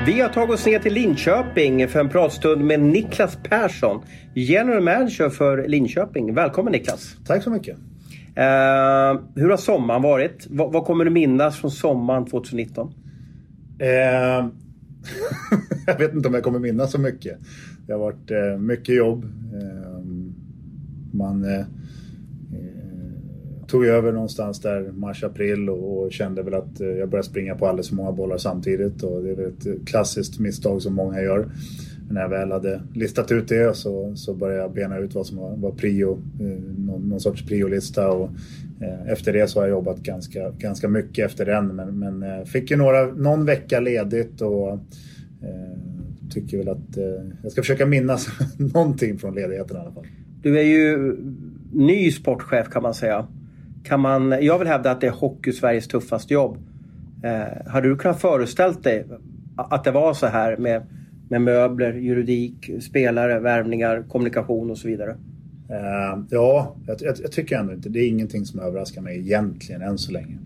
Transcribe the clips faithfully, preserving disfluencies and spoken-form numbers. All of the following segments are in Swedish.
Vi har tagit oss ner till Linköping för en pratstund med Niklas Persson, general manager för Linköping. Välkommen Niklas. Tack så mycket. Uh, hur har sommaren varit? V- vad kommer du minnas från sommaren tjugonitton? Uh, jag vet inte om jag kommer minnas så mycket. Det har varit uh, mycket jobb. Uh, man uh, tog över någonstans där mars-april och, och kände väl att uh, jag började springa på alldeles för många bollar samtidigt. Och det är ett klassiskt misstag som många gör. Men när jag väl hade listat ut det så, så började jag bena ut vad som var, var prio, eh, någon, någon sorts priolista. Och, eh, efter det så har jag jobbat ganska, ganska mycket efter den. Men, men eh, fick ju några, någon vecka ledigt och eh, tycker väl att eh, jag ska försöka minnas någonting från ledigheten i alla fall. Du är ju ny sportchef kan man säga. Kan man, jag vill hävda att det är hockey Sveriges tuffaste jobb. Eh, hade du kunnat föreställt dig att det var så här med... Med möbler, juridik, spelare, värvningar, kommunikation och så vidare? Uh, ja, jag, jag, jag tycker ändå inte. Det är ingenting som överraskar mig egentligen än så länge.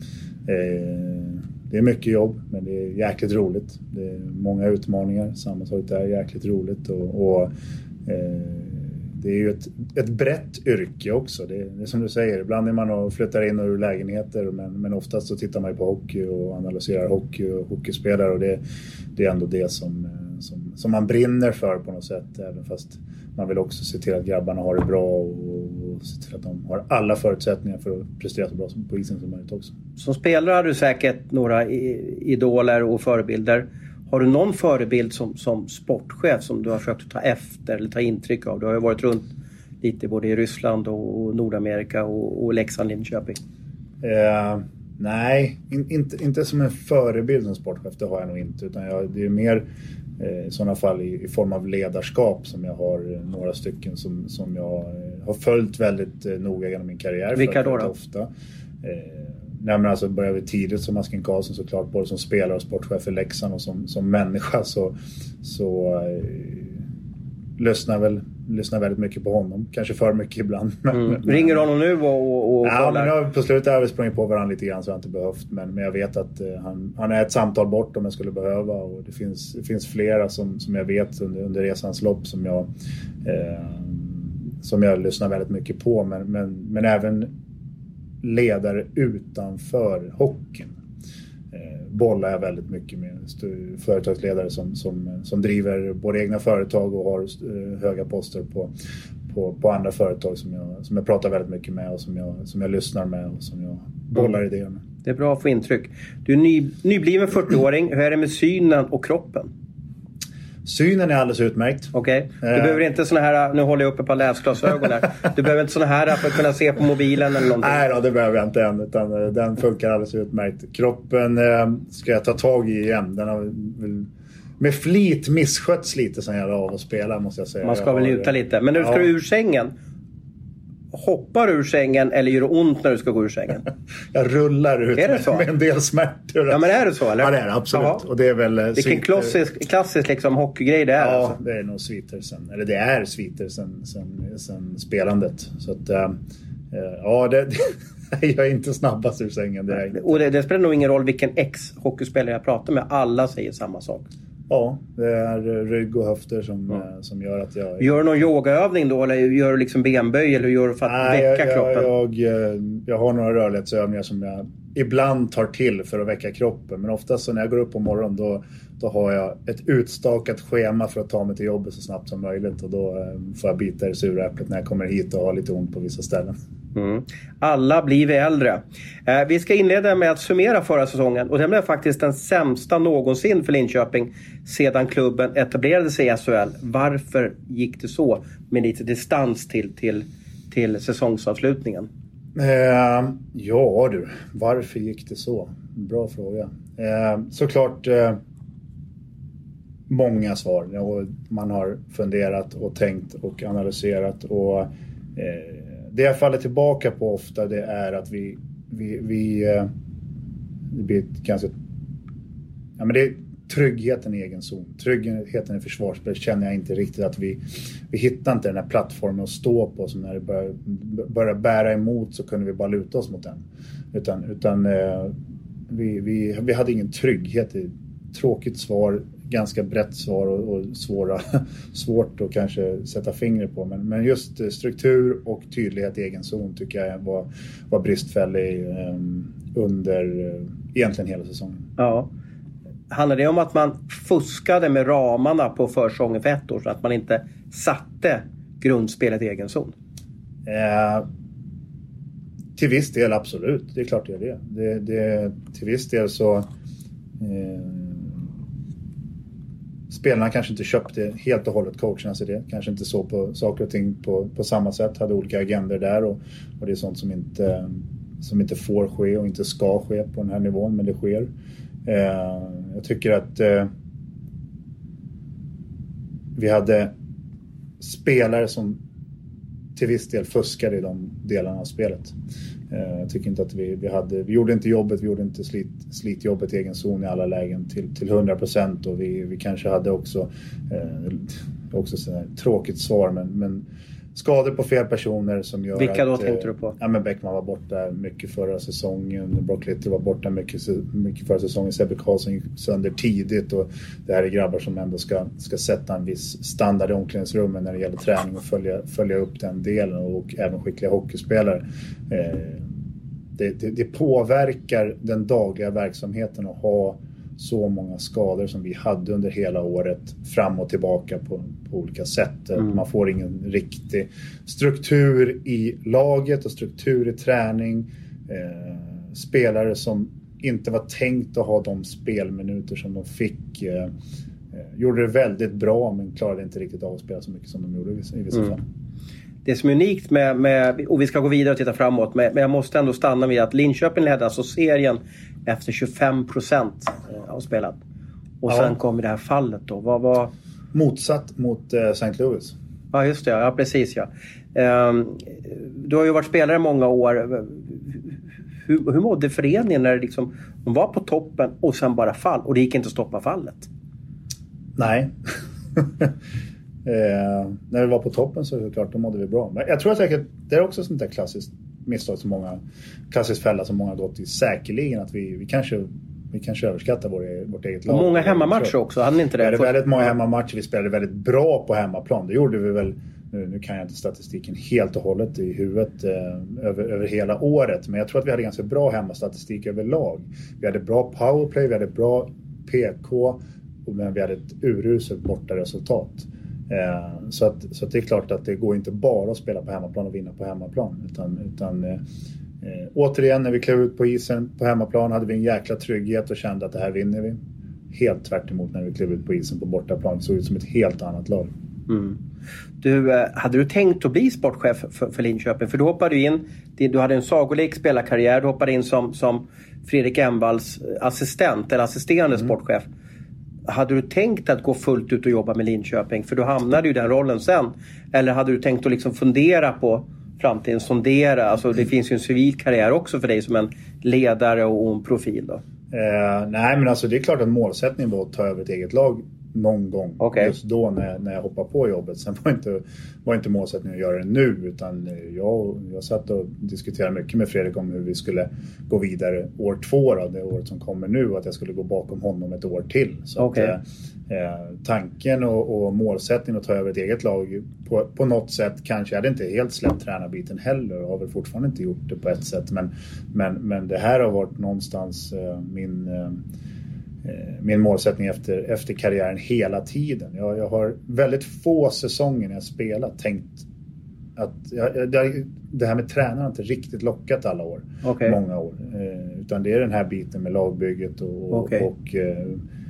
Uh, det är mycket jobb, men det är jäkligt roligt. Det är många utmaningar. Samma sak där, jäkligt roligt. Och, och uh, det är ju ett, ett brett yrke också. Det är, det är som du säger, ibland är man och flyttar in och ur lägenheter. Men, men oftast så tittar man ju på hockey och analyserar hockey och hockeyspelare. Och det, det är ändå det som... Som, som man brinner för på något sätt, även fast man vill också se till att grabbarna har det bra och, och se till att de har alla förutsättningar för att prestera så bra på isen som möjligt också. Som spelare har du säkert några idoler och förebilder. Har du någon förebild som, som sportchef som du har försökt ta efter eller ta intryck av? Du har ju varit runt lite både i Ryssland och Nordamerika och, och Leksand, Linköping. Eh, nej, in, inte, inte som en förebild som sportchef, det har jag nog inte. Utan jag, det är mer i sådana fall i, i form av ledarskap som jag har några stycken som, som jag har följt väldigt eh, noga genom min karriär. Vilka då? då? Ofta. Eh, nej, men alltså började vi tidigt som Masken Karlsson såklart, både som spelare och sportchef för Leksand och som, som människa så, så eh, lyssnar väl lyssnar väldigt mycket på honom. Kanske för mycket ibland. Mm. Men, ringer honom nu och, och, och ja, men jag, på slutet har vi sprungit på varandra lite grann så jag har inte behövt. Men, men jag vet att eh, han, han är ett samtal bort om jag skulle behöva. Och det finns, det finns flera som, som jag vet under, under resans lopp som jag, eh, som jag lyssnar väldigt mycket på. Men, men, men även ledare utanför hockeyn. Bollar jag väldigt mycket med företagsledare som, som, som driver både egna företag och har höga poster på, på, på andra företag som jag, som jag pratar väldigt mycket med och som jag, som jag lyssnar med och som jag bollar mm. idéer med. Det är bra att få intryck. Du är ny, nybliven fyrtio-åring. Hur är det med synen och kroppen? Synen är alldeles utmärkt. Okej. Okay. Du äh. behöver inte såna här, nu håller jag uppe på läsglasögon där. Du behöver inte såna här för att kunna se på mobilen eller någonting. Nej då, det behöver jag inte än. Utan den funkar alldeles utmärkt. Kroppen eh, ska jag ta tag i igen. Den har med flit misskötts lite sen jag la av att spela, måste jag säga. Man ska jag väl har, njuta lite. Men nu ska ja. du ur sängen. Hoppar du ur sängen eller gör det ont när du ska gå ur sängen? Jag rullar ut är det så? med en del smärtor. Ja, men är det så eller? Ja, det är det, absolut. Jaha. Och det är väl vilken sviter... klassisk, klassisk liksom hockeygrej det är. Ja, alltså. det är nog sviter sen. Eller det är sviter sen, sen, sen spelandet. Så att, äh, ja, det, jag är inte snabbast ur sängen. Det är inte. Och det, det spelar nog ingen roll vilken ex-hockeyspelare jag pratar med. Alla säger samma sak. Ja, det är rygg och höfter som, mm. som gör att jag... Gör du någon yogaövning då? Eller gör du liksom benböj? Eller gör du för att Nej, väcka jag, kroppen? Jag, jag, jag har några rörlighetsövningar som jag ibland tar till för att väcka kroppen. Men oftast så när jag går upp på morgonen då, då har jag ett utstakat schema för att ta mig till jobbet så snabbt som möjligt. Och då eh, får jag bita i sura äpplet när jag kommer hit och har lite ont på vissa ställen. Mm. Alla blir vi äldre. Eh, vi ska inleda med att summera förra säsongen. Och den blev faktiskt den sämsta någonsin för Linköping sedan klubben etablerade sig i S H L. Varför gick det så med lite distans till, till, till säsongsavslutningen? Eh, ja du, varför gick det så? Bra fråga. Eh, såklart eh, många svar. Ja, man har funderat och tänkt och analyserat och eh, det jag faller tillbaka på ofta det är att vi, vi, vi eh, det blir ganska ja, men det är tryggheten i egen zon. Tryggheten i försvarsspel känner jag inte riktigt att vi, vi hittar inte den här plattformen att stå på som när det börjar, börjar bära emot så kunde vi bara luta oss mot den. Utan, utan eh, vi, vi, vi hade ingen trygghet i tråkigt svar. ganska brett svar och, och svåra, svårt att kanske sätta fingret på. Men, men just struktur och tydlighet i egen zon tycker jag var, var bristfällig eh, under eh, egentligen hela säsongen. Ja. Handlar det om att man fuskade med ramarna på försäsongen för ett år så att man inte satte grundspelet i egen zon? Eh, till viss del absolut, det är klart det är det. det, det till viss del så eh, spelarna kanske inte köpte helt och hållet coachernas idé, kanske inte så på saker och ting på, på samma sätt, hade olika agendor där och, och det är sånt som inte, som inte får ske och inte ska ske på den här nivån, men det sker. Eh, jag tycker att eh, vi hade spelare som till viss del fuskade i de delarna av spelet. Eh, jag tycker inte att vi, vi hade, vi gjorde inte jobbet, vi gjorde inte slit, slitjobbet i egen zon i alla lägen till, till hundra procent och vi, vi kanske hade också, eh, också sådär tråkigt svar, men, men skador på fel personer som gör Vilka då att, tänkte du på? Ja, men Bäckman var borta mycket förra säsongen. Brock Little var borta mycket, mycket förra säsongen. Sebbe Karlsson gick sönder tidigt. Och det här är grabbar som ändå ska, ska sätta en viss standard i omklädningsrummen när det gäller träning och följa, följa upp den delen. Och även skickliga hockeyspelare. Eh, det, det, det påverkar den dagliga verksamheten att ha så många skador som vi hade under hela året fram och tillbaka på, på olika sätt. Mm. Man får ingen riktig struktur i laget och struktur i träning. Eh, spelare som inte var tänkt att ha de spelminuter som de fick. Eh, gjorde det väldigt bra men klarade inte riktigt av att spela så mycket som de gjorde i vissa mm. fall. Det som är unikt med, med, och vi ska gå vidare och titta framåt, men, men jag måste ändå stanna vid att Linköping ledde alltså serien efter tjugofem procent av spelat. Och ja. Sen kom det här fallet då. Vad var... Motsatt mot eh, Saint Louis. Ja, just det. Ja, precis ja. Um, du har ju varit spelare i många år. Hur, hur mådde föreningen när det liksom, de var på toppen och sen bara fall och det gick inte att stoppa fallet? Nej. Eh, när vi var på toppen så är det klart, då mådde vi bra. Men jag tror säkert, det är också sånt där klassiskt misstag som många, klassiskt fälla som många har gått i, säkerligen att vi, vi kanske vi kanske överskattar vår, vårt eget lag. Och många hemmamatcher också, hade ni inte det? Det var väldigt många hemmamatcher, vi spelade väldigt bra på hemmaplan. Det gjorde vi väl, nu, nu kan jag inte statistiken helt och hållet i huvudet eh, över, över hela året. Men jag tror att vi hade ganska bra hemmastatistik överlag. Vi hade bra powerplay, vi hade bra P K, men vi hade ett uruselt borta resultat. Eh, så, att, så att det är klart att det går inte bara att spela på hemmaplan och vinna på hemmaplan. Utan, utan eh, eh, återigen när vi klev ut på isen på hemmaplan hade vi en jäkla trygghet och kände att det här vinner vi. Helt tvärt emot när vi klev ut på isen på bortaplan. Det såg ut som ett helt annat lag. Mm. Du, eh, hade du tänkt att bli sportchef för, för Linköping? För du hoppade in, du hade en sagolik spelarkarriär, du hoppade in som, som Fredrik Envalls assistent eller assisterande mm. sportchef. Hade du tänkt att gå fullt ut och jobba med Linköping? För du hamnade ju i den rollen sen. Eller hade du tänkt att liksom fundera på framtiden, sondera? Alltså det finns ju en civil karriär också för dig som en ledare och en profil då. Eh, nej men alltså det är klart att målsättningen var att ta över ett eget lag någon gång. Okay. Just då när, när jag hoppade på jobbet. Sen var inte, var inte målsättningen att göra det nu. Utan jag, jag satt och diskuterade mycket med Fredrik om hur vi skulle gå vidare år två. Då, det året som kommer nu. Och att jag skulle gå bakom honom ett år till. Så okay. att, eh, tanken och, och målsättningen att ta över ett eget lag på, på något sätt. Kanske jag hade inte helt släppt tränarbiten heller. Jag har väl fortfarande inte gjort det på ett sätt. Men, men, men det här har varit någonstans eh, min... Eh, min målsättning efter, efter karriären hela tiden. Jag, jag har väldigt få säsonger när jag spelat tänkt att jag, det, det här med tränaren har inte riktigt lockat alla år. Okay. Många år. Eh, utan det är den här biten med lagbygget och, okay. och eh,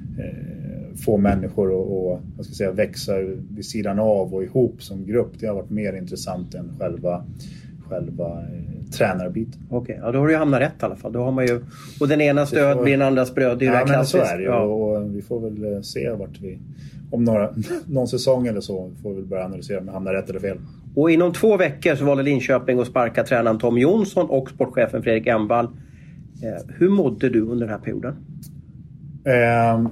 få människor att och, vad ska jag säga, växa vid sidan av och ihop som grupp. Det har varit mer intressant än själva själva eh, tränarbiten. Okej, okay. Ja, då har du ju hamnat rätt i alla fall. Då har man ju, och den ena stöd får, blir den andras bröd. Det är ju ja, men så är det ju. Ja. Och vi får väl se vart vi, om några, någon säsong eller så, får vi väl börja analysera om vi hamnar rätt eller fel. Och inom två veckor så valde Linköping att sparka tränaren Tom Jonsson och sportchefen Fredrik Envall. Eh, hur mådde du under den här perioden? Eh,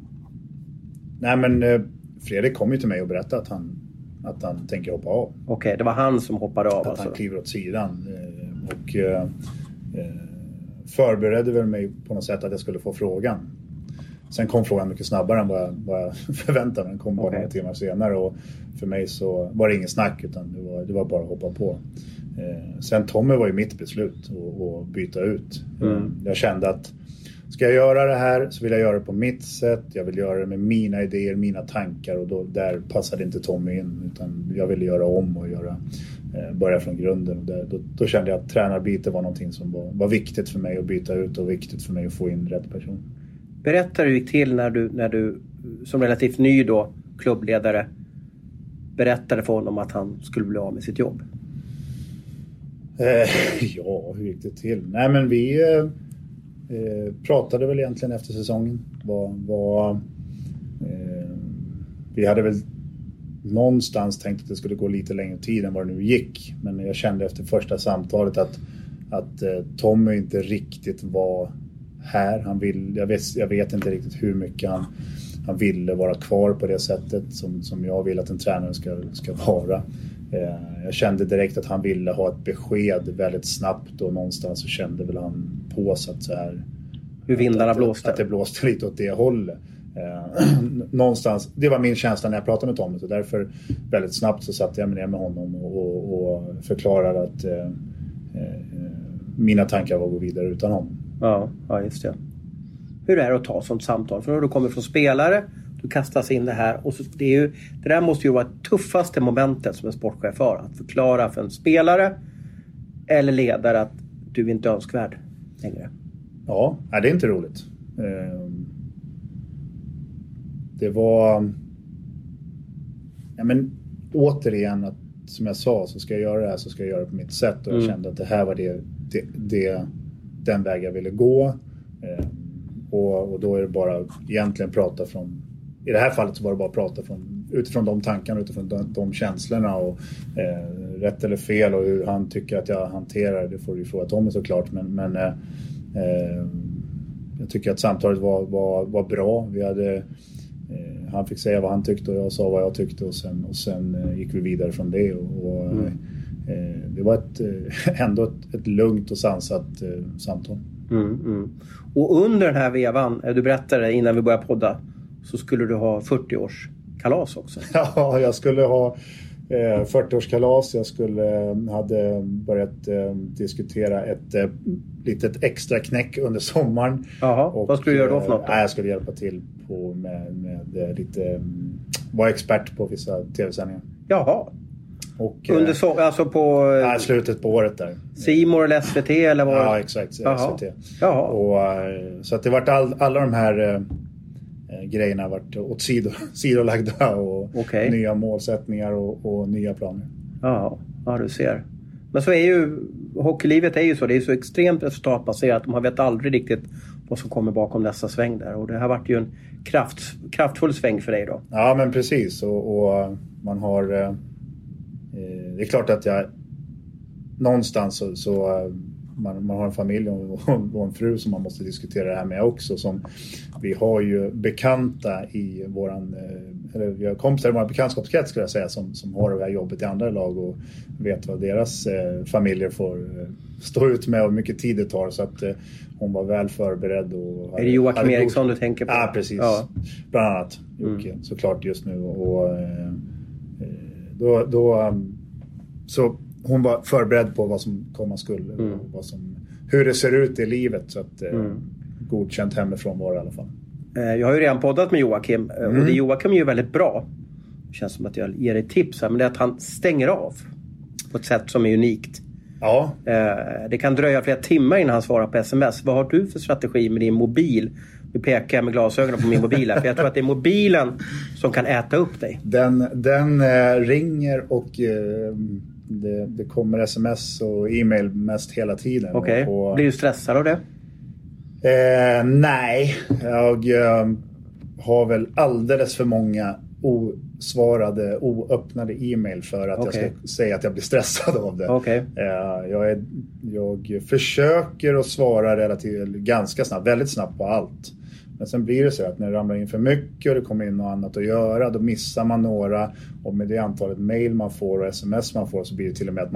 nej men eh, Fredrik kom ju till mig och berättade att han att han tänker hoppa av. Okej, okay, det var han som hoppade av. Att alltså. han kliver åt sidan. Och eh, förberedde väl mig på något sätt att jag skulle få frågan. Sen kom frågan mycket snabbare än vad jag, vad jag förväntade mig. Den kom bara okay. några timmar senare och för mig så var det ingen snack utan det var, det var bara att hoppa på. Eh, sen Tommy var ju mitt beslut att byta ut. Mm. Eh, jag kände att ska jag göra det här så vill jag göra det på mitt sätt. Jag vill göra det med mina idéer, mina tankar och då, där passade inte Tommy in utan jag ville göra om och göra, eh, börja från grunden. Och där, då, då kände jag att tränarbyte var någonting som var, var viktigt för mig att byta ut och viktigt för mig att få in rätt person. Berätta hur det gick till när du, när du som relativt ny då, klubbledare berättade för honom att han skulle bli av med sitt jobb. Eh, ja, hur gick det till? Nej men vi eh, eh, pratade väl egentligen efter säsongen. Var, var, eh, vi hade väl någonstans tänkt att det skulle gå lite längre tid än vad det nu gick. Men jag kände efter första samtalet att, att eh, Tommy inte riktigt var här. Han vill, jag, vet, jag vet inte riktigt hur mycket han, han ville vara kvar på det sättet som, som jag vill att en tränare ska, ska vara. Eh, jag kände direkt att han ville ha ett besked väldigt snabbt och någonstans så kände väl han på sig att så här, hur vindarna att, blåste. Att det blåste lite åt det hållet. Eh, någonstans, det var min känsla när jag pratade med Tommy så därför väldigt snabbt så satte jag mig ner med honom och, och, och förklarade att eh, eh, mina tankar var att gå vidare utan honom. Ja, ja, just det. Hur är det att ta sånt samtal? För när du kommer från spelare, du kastas in det här. Och så, det, är ju, det där måste ju vara det tuffaste momentet som en sportchef har. Att förklara för en spelare eller ledare att du inte är önskvärd längre. Ja, det är inte roligt. Det var... Ja, men återigen, att, som jag sa, så ska jag göra det här så ska jag göra det på mitt sätt. Och jag mm. kände att det här var det... det, det den väg jag ville gå eh, och, och då är det bara egentligen prata från, i det här fallet så var det bara prata från, utifrån de tankarna, utifrån de, de känslorna och eh, rätt eller fel och hur han tycker att jag hanterar det får du ju fråga Tommy såklart men, men eh, eh, jag tycker att samtalet var, var, var bra. Vi hade, eh, han fick säga vad han tyckte och jag sa vad jag tyckte och sen, och sen eh, gick vi vidare från det och, och mm. Det var ett, ändå ett, ett lugnt och sansat eh, samtal. Mm, mm. Och under den här vevan, du berättade innan vi började podda, så skulle du ha fyrtio-årskalas också. Ja, jag skulle ha eh, fyrtio-årskalas. Jag skulle, hade börjat eh, diskutera ett eh, litet extra knäck under sommaren. Jaha, och, vad skulle du göra då för något då? Eh, jag skulle hjälpa till på med, med lite, vara expert på vissa tv-sändningar. Jaha. Och, under så, alltså på ja, slutet på året där. C More eller S V T eller vad? Ja, exakt. Jaha. S V T. Jaha. Och, så att det vart all, alla de här äh, grejerna vart åt sido, sidolagda och okay. nya målsättningar och, och nya planer. Ja, ja, du ser. Men så är ju hockeylivet är ju så, det är så extremt resultatbaserat. Man vet aldrig riktigt vad som kommer bakom nästa sväng där. Och det har varit ju en kraft, kraftfull sväng för dig då. Ja, men precis. Och, och man har... Eh, det är klart att jag... Någonstans så... så man, man har en familj och, och en fru som man måste diskutera det här med också. Som, vi har ju bekanta i våran... Eller vi har kompisar i vår bekantskapskrets skulle jag säga som, som har det här jobbet i andra lag och vet vad deras eh, familjer får eh, stå ut med och hur mycket tid det tar så att eh, hon var väl förberedd. Och är det Joakim Eriksson du tänker på? Ja, precis. Ja. Bland annat Jocke, mm. såklart just nu. Och, eh, då, då, så hon var förberedd på vad som komma skulle. Mm. Och vad som, hur det ser ut i livet så att eh, mm. godkänt hemifrån var det i alla fall. Jag har ju redan poddat med Joakim mm. och det Joakim är ju väldigt bra. Det känns som att jag ger dig tips här, men det är att han stänger av på ett sätt som är unikt. Ja. Det kan dröja flera timmar innan han svarar på sms. Vad har du för strategi med din mobil? Nu pekar jag med glasögonen på min mobil här, för jag tror att det är mobilen som kan äta upp dig. Den, den eh, ringer och eh, det, det kommer sms och e-mail mest hela tiden. Okej, okay. Blir du stressad av det? Eh, nej, jag eh, har väl alldeles för många osvarade, oöppnade e-mail för att okay. jag ska säga att jag blir stressad av det. Okay. Eh, jag, är, jag försöker att svara relativt, ganska snabbt, väldigt snabbt på allt. Men sen blir det så att när det ramlar in för mycket och det kommer in något annat att göra, då missar man några. Och med det antalet mail man får och sms man får så blir det till och med att man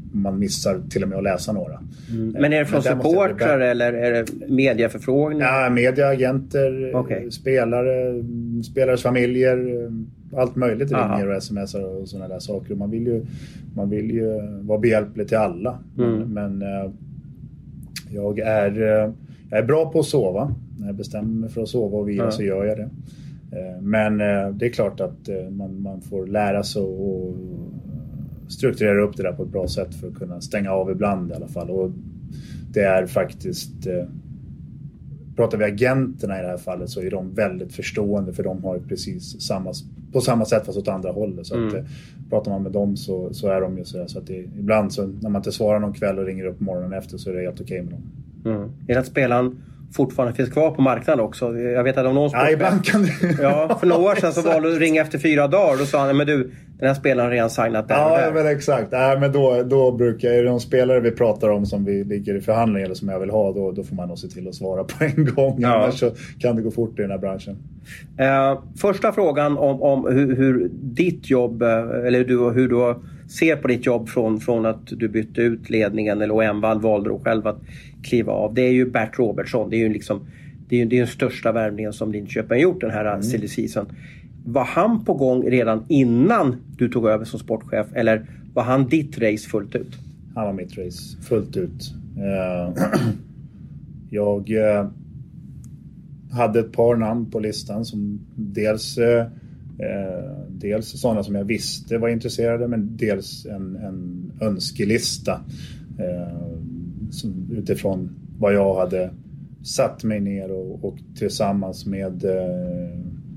man missar till och med att läsa några. Mm. Men är det från supportrar eller är det mediaförfrågningar? Ja, media, agenter, okay. spelare, spelares familjer, allt möjligt ringer och smsar och sådana där saker. Man vill ju, man vill ju vara behjälplig till alla. Mm. Men, men jag, är, jag är bra på att sova. När jag bestämmer mig för att sova och vila mm. så gör jag det. Men det är klart att man, man får lära sig och strukturera upp det där på ett bra sätt för att kunna stänga av ibland i alla fall. Och det är faktiskt, eh, pratar vi agenterna i det här fallet så är de väldigt förstående, för de har ju precis samma, på samma sätt fast åt andra hållet. Så mm. att, eh, pratar man med dem så, så är de ju sådär. Så att det, ibland så när man inte svarar någon kväll och ringer upp morgonen efter så är det helt okej med dem. Mm. Är det att spelaren fortfarande finns kvar på marknaden också? Jag vet att om någon ja, ibland kan det. Ja, för några år sedan så valde du att ringa efter fyra dagar och då sa han, men du, den här spelaren har redan signat där. Ja, där. men exakt. Ja, men då, då brukar, är det någon spelare vi pratar om som vi ligger i förhandling eller som jag vill ha, då, då får man nog se till att svara på en gång. Ja. Annars så kan det gå fort i den här branschen. Eh, första frågan om, om hur, hur ditt jobb, eller du, hur du ser på ditt jobb från, från att du bytte ut ledningen eller Envall valde då själv att kliva av. Det är ju Bert Robertson. Det är ju liksom det är, det är den största värvningen som Linköping har gjort den här mm. silly season. Var han på gång redan innan du tog över som sportchef eller var han ditt race fullt ut? Han var mitt race fullt ut. Uh, jag uh, hade ett par namn på listan som dels uh, uh, dels sådana som jag visste var intresserade, men dels en, en önskelista uh, som, utifrån vad jag hade satt mig ner och, och tillsammans med uh,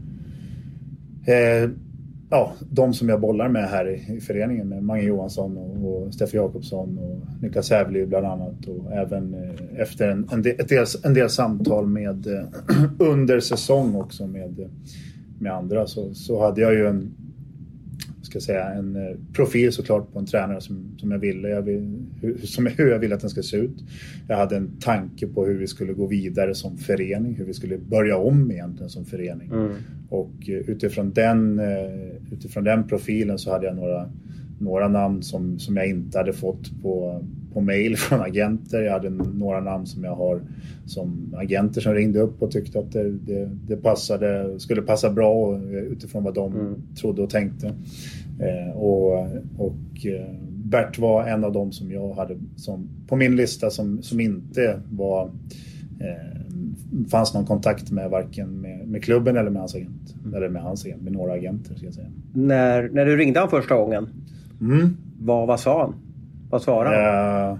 Eh, ja, de som jag bollar med här i, i föreningen med Mange Johansson och, och Stefan Jakobsson och Niklas Hävli bland annat, och även eh, efter en, en, del, del, en del samtal med eh, under säsong också med, med andra så, så hade jag ju en ska säga en eh, profil såklart på en tränare som, som jag ville jag vill, hur, som, hur jag ville att den ska se ut. Jag hade en tanke på hur vi skulle gå vidare som förening, hur vi skulle börja om egentligen som förening. Mm. Och eh, utifrån den eh, utifrån den profilen så hade jag några några namn som, som jag inte hade fått på, på mail från agenter. Jag hade några namn som jag har som agenter som ringde upp och tyckte att det, det, det passade, skulle passa bra utifrån vad de mm. trodde och tänkte. Eh, och och eh, Bert var en av dem som jag hade som, på min lista som, som inte var eh, fanns någon kontakt med varken med, med klubben eller med hans agent. Mm. Eller med hans agent, med några agenter ska jag säga. När, när du ringde han första gången, mm. vad, vad sa han? Vad svarade han? Uh,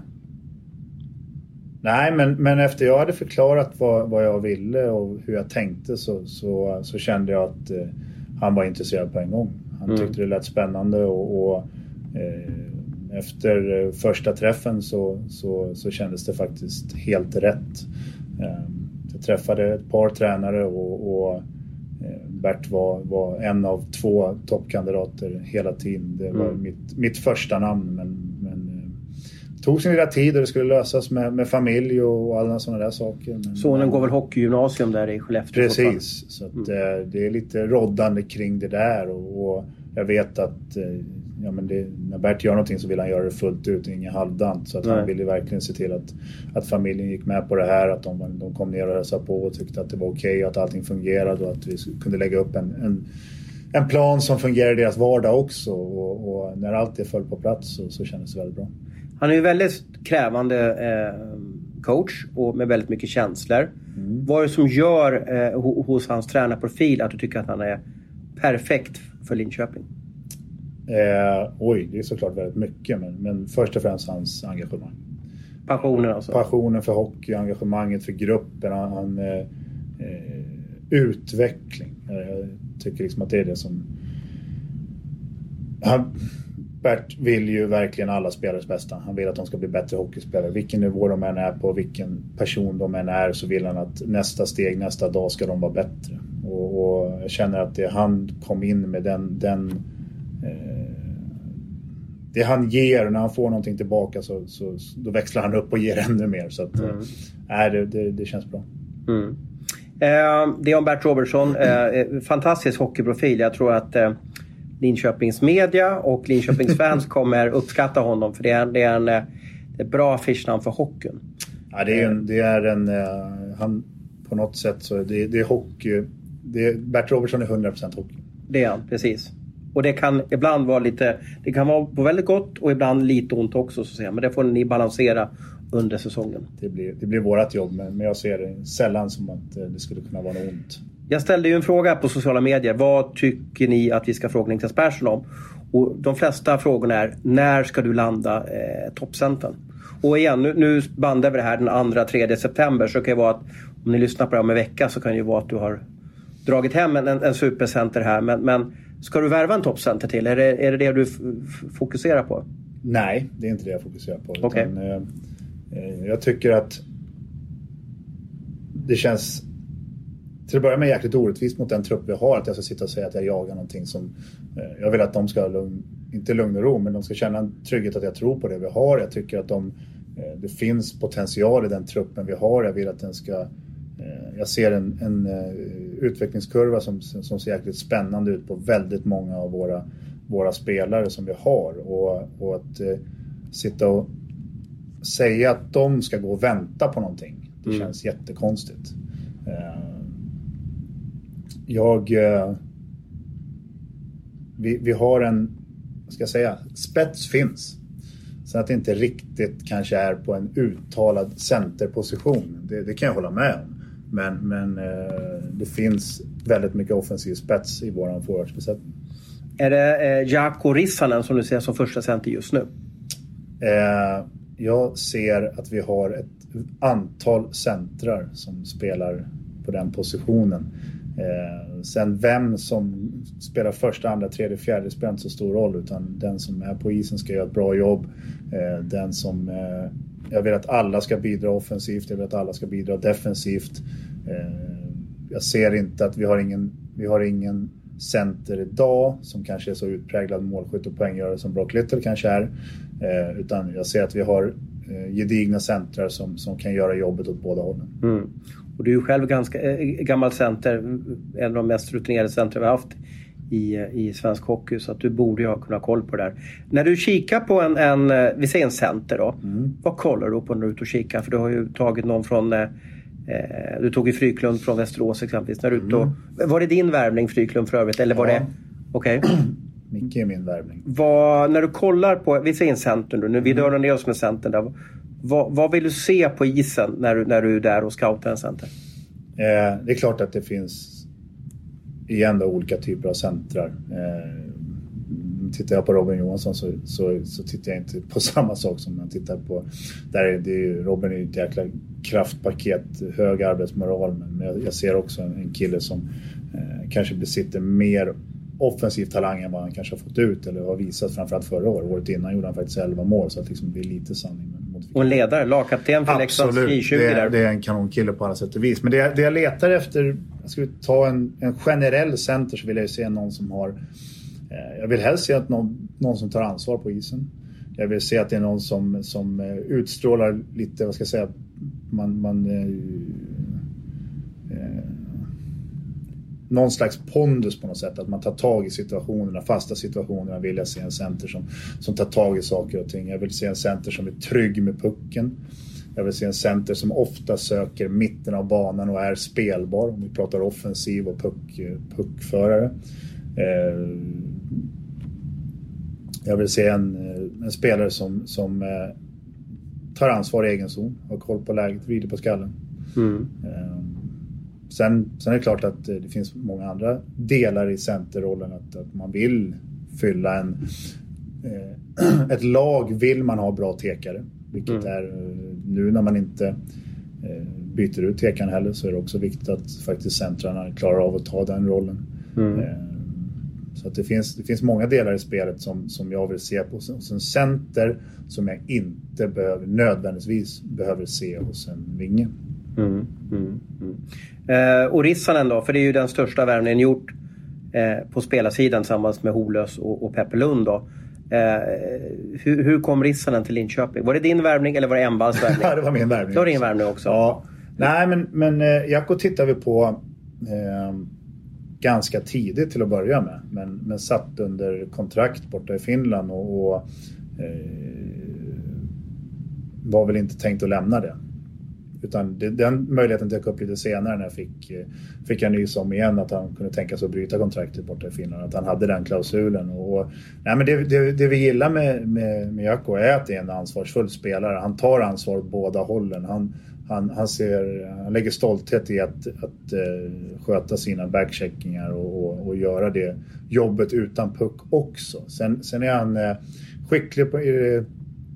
nej, men, men efter jag hade förklarat vad, vad jag ville och hur jag tänkte så, så, så kände jag att uh, han var intresserad på en gång. Han mm. tyckte det lät spännande och, och uh, efter första träffen så, så, så kändes det faktiskt helt rätt. Uh, jag träffade ett par tränare och, och Bert var, var en av två toppkandidater hela tiden. Det var mm. mitt, mitt första namn, men, men det tog sin lilla tid och det skulle lösas med, med familj och alla sådana där saker. Men, Sonen går väl hockeygymnasium där i Skellefteå? Precis, så att, mm. det är lite roddande kring det där och, och jag vet att ja, men det, när Bert gör någonting så vill han göra det fullt ut, inget halvdant. Så att han ville verkligen se till att, att familjen gick med på det här, att de, de kom ner och hälsade på och tyckte att det var okej okay, att allting fungerade och att vi kunde lägga upp en, en, en plan som fungerar i deras vardag också. Och, och när allt det föll på plats så, så kändes det väldigt bra. Han är ju väldigt krävande eh, coach och med väldigt mycket känslor. Mm. Vad är det som gör eh, hos hans tränarprofil att du tycker att han är perfekt för Linköping? Eh, oj, det är såklart väldigt mycket, men, men först och främst hans engagemang. Passionen alltså? Passionen för hockey, engagemanget för gruppen, han, han eh, eh, utveckling. Jag tycker liksom att det är det som han, Bert vill ju verkligen alla spelares bästa. Han vill att de ska bli bättre hockeyspelare. Vilken nivå de än är på, vilken person de än är, så vill han att nästa steg, nästa dag ska de vara bättre. Och, och jag känner att det han kom in med den, den det han ger, när han får någonting tillbaka så, så då växlar han upp och ger ännu mer. Så att, mm. äh, det, det, det känns bra. Mm. Eh, det är om Bert Robertson. Eh, fantastisk hockeyprofil. Jag tror att eh, Linköpings media och Linköpings fans kommer uppskatta honom. För det är, det är en det är bra affischnamn för hockeyn. Ja, det är en... Det är en han, på något sätt så det, det är hockey. Det är, Bert Robertson är hundra procent hockey. Det är han, precis. Och det kan ibland vara lite... Det kan vara på väldigt gott och ibland lite ont också. Så att säga. Men det får ni balansera under säsongen. Det blir, det blir vårat jobb, men jag ser det sällan som att det skulle kunna vara något ont. Jag ställde ju en fråga på sociala medier. Vad tycker ni att vi ska fråga Niklas Persson om? Och de flesta frågorna är, när ska du landa eh, toppcentern? Och igen, nu, nu bandar vi det här den andra, tredje september. Så kan det vara att om ni lyssnar på det om en vecka så kan det ju vara att du har dragit hem en, en supercenter här. Men, men ska du värva en toppcenter till? Är det är det, det du f- f- fokuserar på? Nej, det är inte det jag fokuserar på. Okay. Utan, eh, jag tycker att det känns till att börja med jäkligt orättvist mot den trupp vi har. Att jag ska sitta och säga att jag jagar någonting som... Eh, jag vill att de ska ha lugn, inte lugn och ro, men de ska känna en trygghet att jag tror på det vi har. Jag tycker att de, eh, det finns potential i den truppen vi har. Jag vill att den ska... Eh, jag ser en, en uh, utvecklingskurva som, som ser jäkligt spännande ut på väldigt många av våra, våra spelare som vi har. Och, och att eh, sitta och säga att de ska gå och vänta på någonting. Det mm. känns jättekonstigt. Uh, jag... Uh, vi, vi har en... Ska jag säga? Spets finns. Så att det inte riktigt kanske är på en uttalad centerposition. Det, det kan jag hålla med om. Men, men uh, det finns väldigt mycket offensiv spets i våran forwardsbesättning. Är det uh, Jaakko Rissanen som du ser som första center just nu? Uh, Jag ser att vi har ett antal centrar som spelar på den positionen. Eh, sen vem som spelar första, andra, tredje, fjärde spelar inte så stor roll, utan den som är på isen ska göra ett bra jobb. Eh, den som, eh, jag vill att alla ska bidra offensivt, jag vill att alla ska bidra defensivt. Eh, jag ser inte att vi har ingen, vi har ingen center idag som kanske är så utpräglad målskytt och poänggörare som Brock Little kanske är. Eh, utan jag ser att vi har eh, gedigna centrar som, som kan göra jobbet åt båda hållen. Mm. Och du är ju själv ganska äh, gammal center, en av de mest rutinerade center vi har haft i, i svensk hockey, så att du borde ju ha kunnat ha koll på det där. När du kikar på en, en vi säger en center då, mm. vad kollar du på när du är ute och kikar? För du har ju tagit någon från, eh, du tog ju Fryklund från Västerås exempelvis. När du mm. och, var det din värvning Fryklund för övrigt? Eller var ja. det, okej. Okay. Mycket är min värvning. Vad, när du kollar på, vi säger en center nu, nu vi dör ner oss med centern där. Vad, vad vill du se på isen när du, när du är där och scoutar en center? Eh, det är klart att det finns igen då, olika typer av centrar. Eh, tittar jag på Robin Johansson så, så, så tittar jag inte på samma sak som man tittar på. Där är det, Robin är ett jäkla kraftpaket, hög arbetsmoral. Men jag, jag ser också en, en kille som eh, kanske besitter mer offensiv talang än vad han kanske har fått ut eller har visat, framförallt förra året. Året innan gjorde han faktiskt elva mål, så att liksom det är lite sanning. Och en ledare, lagkapten för Leksands I tjugo det är, där. det är en kanonkille på alla sätt och vis. Men det, det jag letar efter, jag skulle ta en, en generell center, så vill jag se någon som har, eh, jag vill helst se att någon, någon som tar ansvar på isen. Jag vill se att det är någon som, som eh, utstrålar lite, vad ska jag säga, man, man eh, eh, någon slags pondus på något sätt, att man tar tag i situationerna, fasta situationerna. Vill jag se en center som, som tar tag i saker och ting. Jag vill se en center som är trygg med pucken. Jag vill se en center som ofta söker mitten av banan och är spelbar, om vi pratar offensiv och puck, puckförare. Eh, jag vill se en, en spelare som, som eh, tar ansvar i egen zon, har koll på läget, vrider på skallen. Mm. Eh, Sen, sen är det klart att det finns många andra delar i centerrollen, att, att man vill fylla en eh, ett lag vill man ha bra tekare, vilket mm. är nu när man inte eh, byter ut tekaren heller, så är det också viktigt att faktiskt centrarna klarar av att ta den rollen. Mm. Eh, så att det finns, det finns många delar i spelet som, som jag vill se på hos en center som jag inte behöver, nödvändigtvis behöver se hos en vinge. Mm, mm, mm. Eh, och Rissanen då, för det är ju den största värvningen gjort eh, på spelarsidan tillsammans med Holös och, och Peppe Lund då. Eh, hur, hur kom Rissanen till Linköping? Var det din värvning eller var det Envalls värvning? Ja, det var min värvning. Det var din värvning också. Ja. Nej, men, men eh, Jaakko tittar vi på eh, ganska tidigt till att börja med. Men, men satt under kontrakt borta i Finland och, och eh, var väl inte tänkt att lämna det. Utan det, den möjligheten dök upp lite senare när jag fick, fick jag nys om igen att han kunde tänka sig att bryta kontraktet borta i Finland. Att han hade den klausulen. Och, nej, men det, det, det vi gillar med, med, med Jaakko är att det är en ansvarsfull spelare. Han tar ansvar på båda hållen. Han, han, han, ser, han lägger stolthet i att, att uh, sköta sina backcheckingar och, och, och göra det jobbet utan puck också. Sen, sen är han uh, skicklig på, i,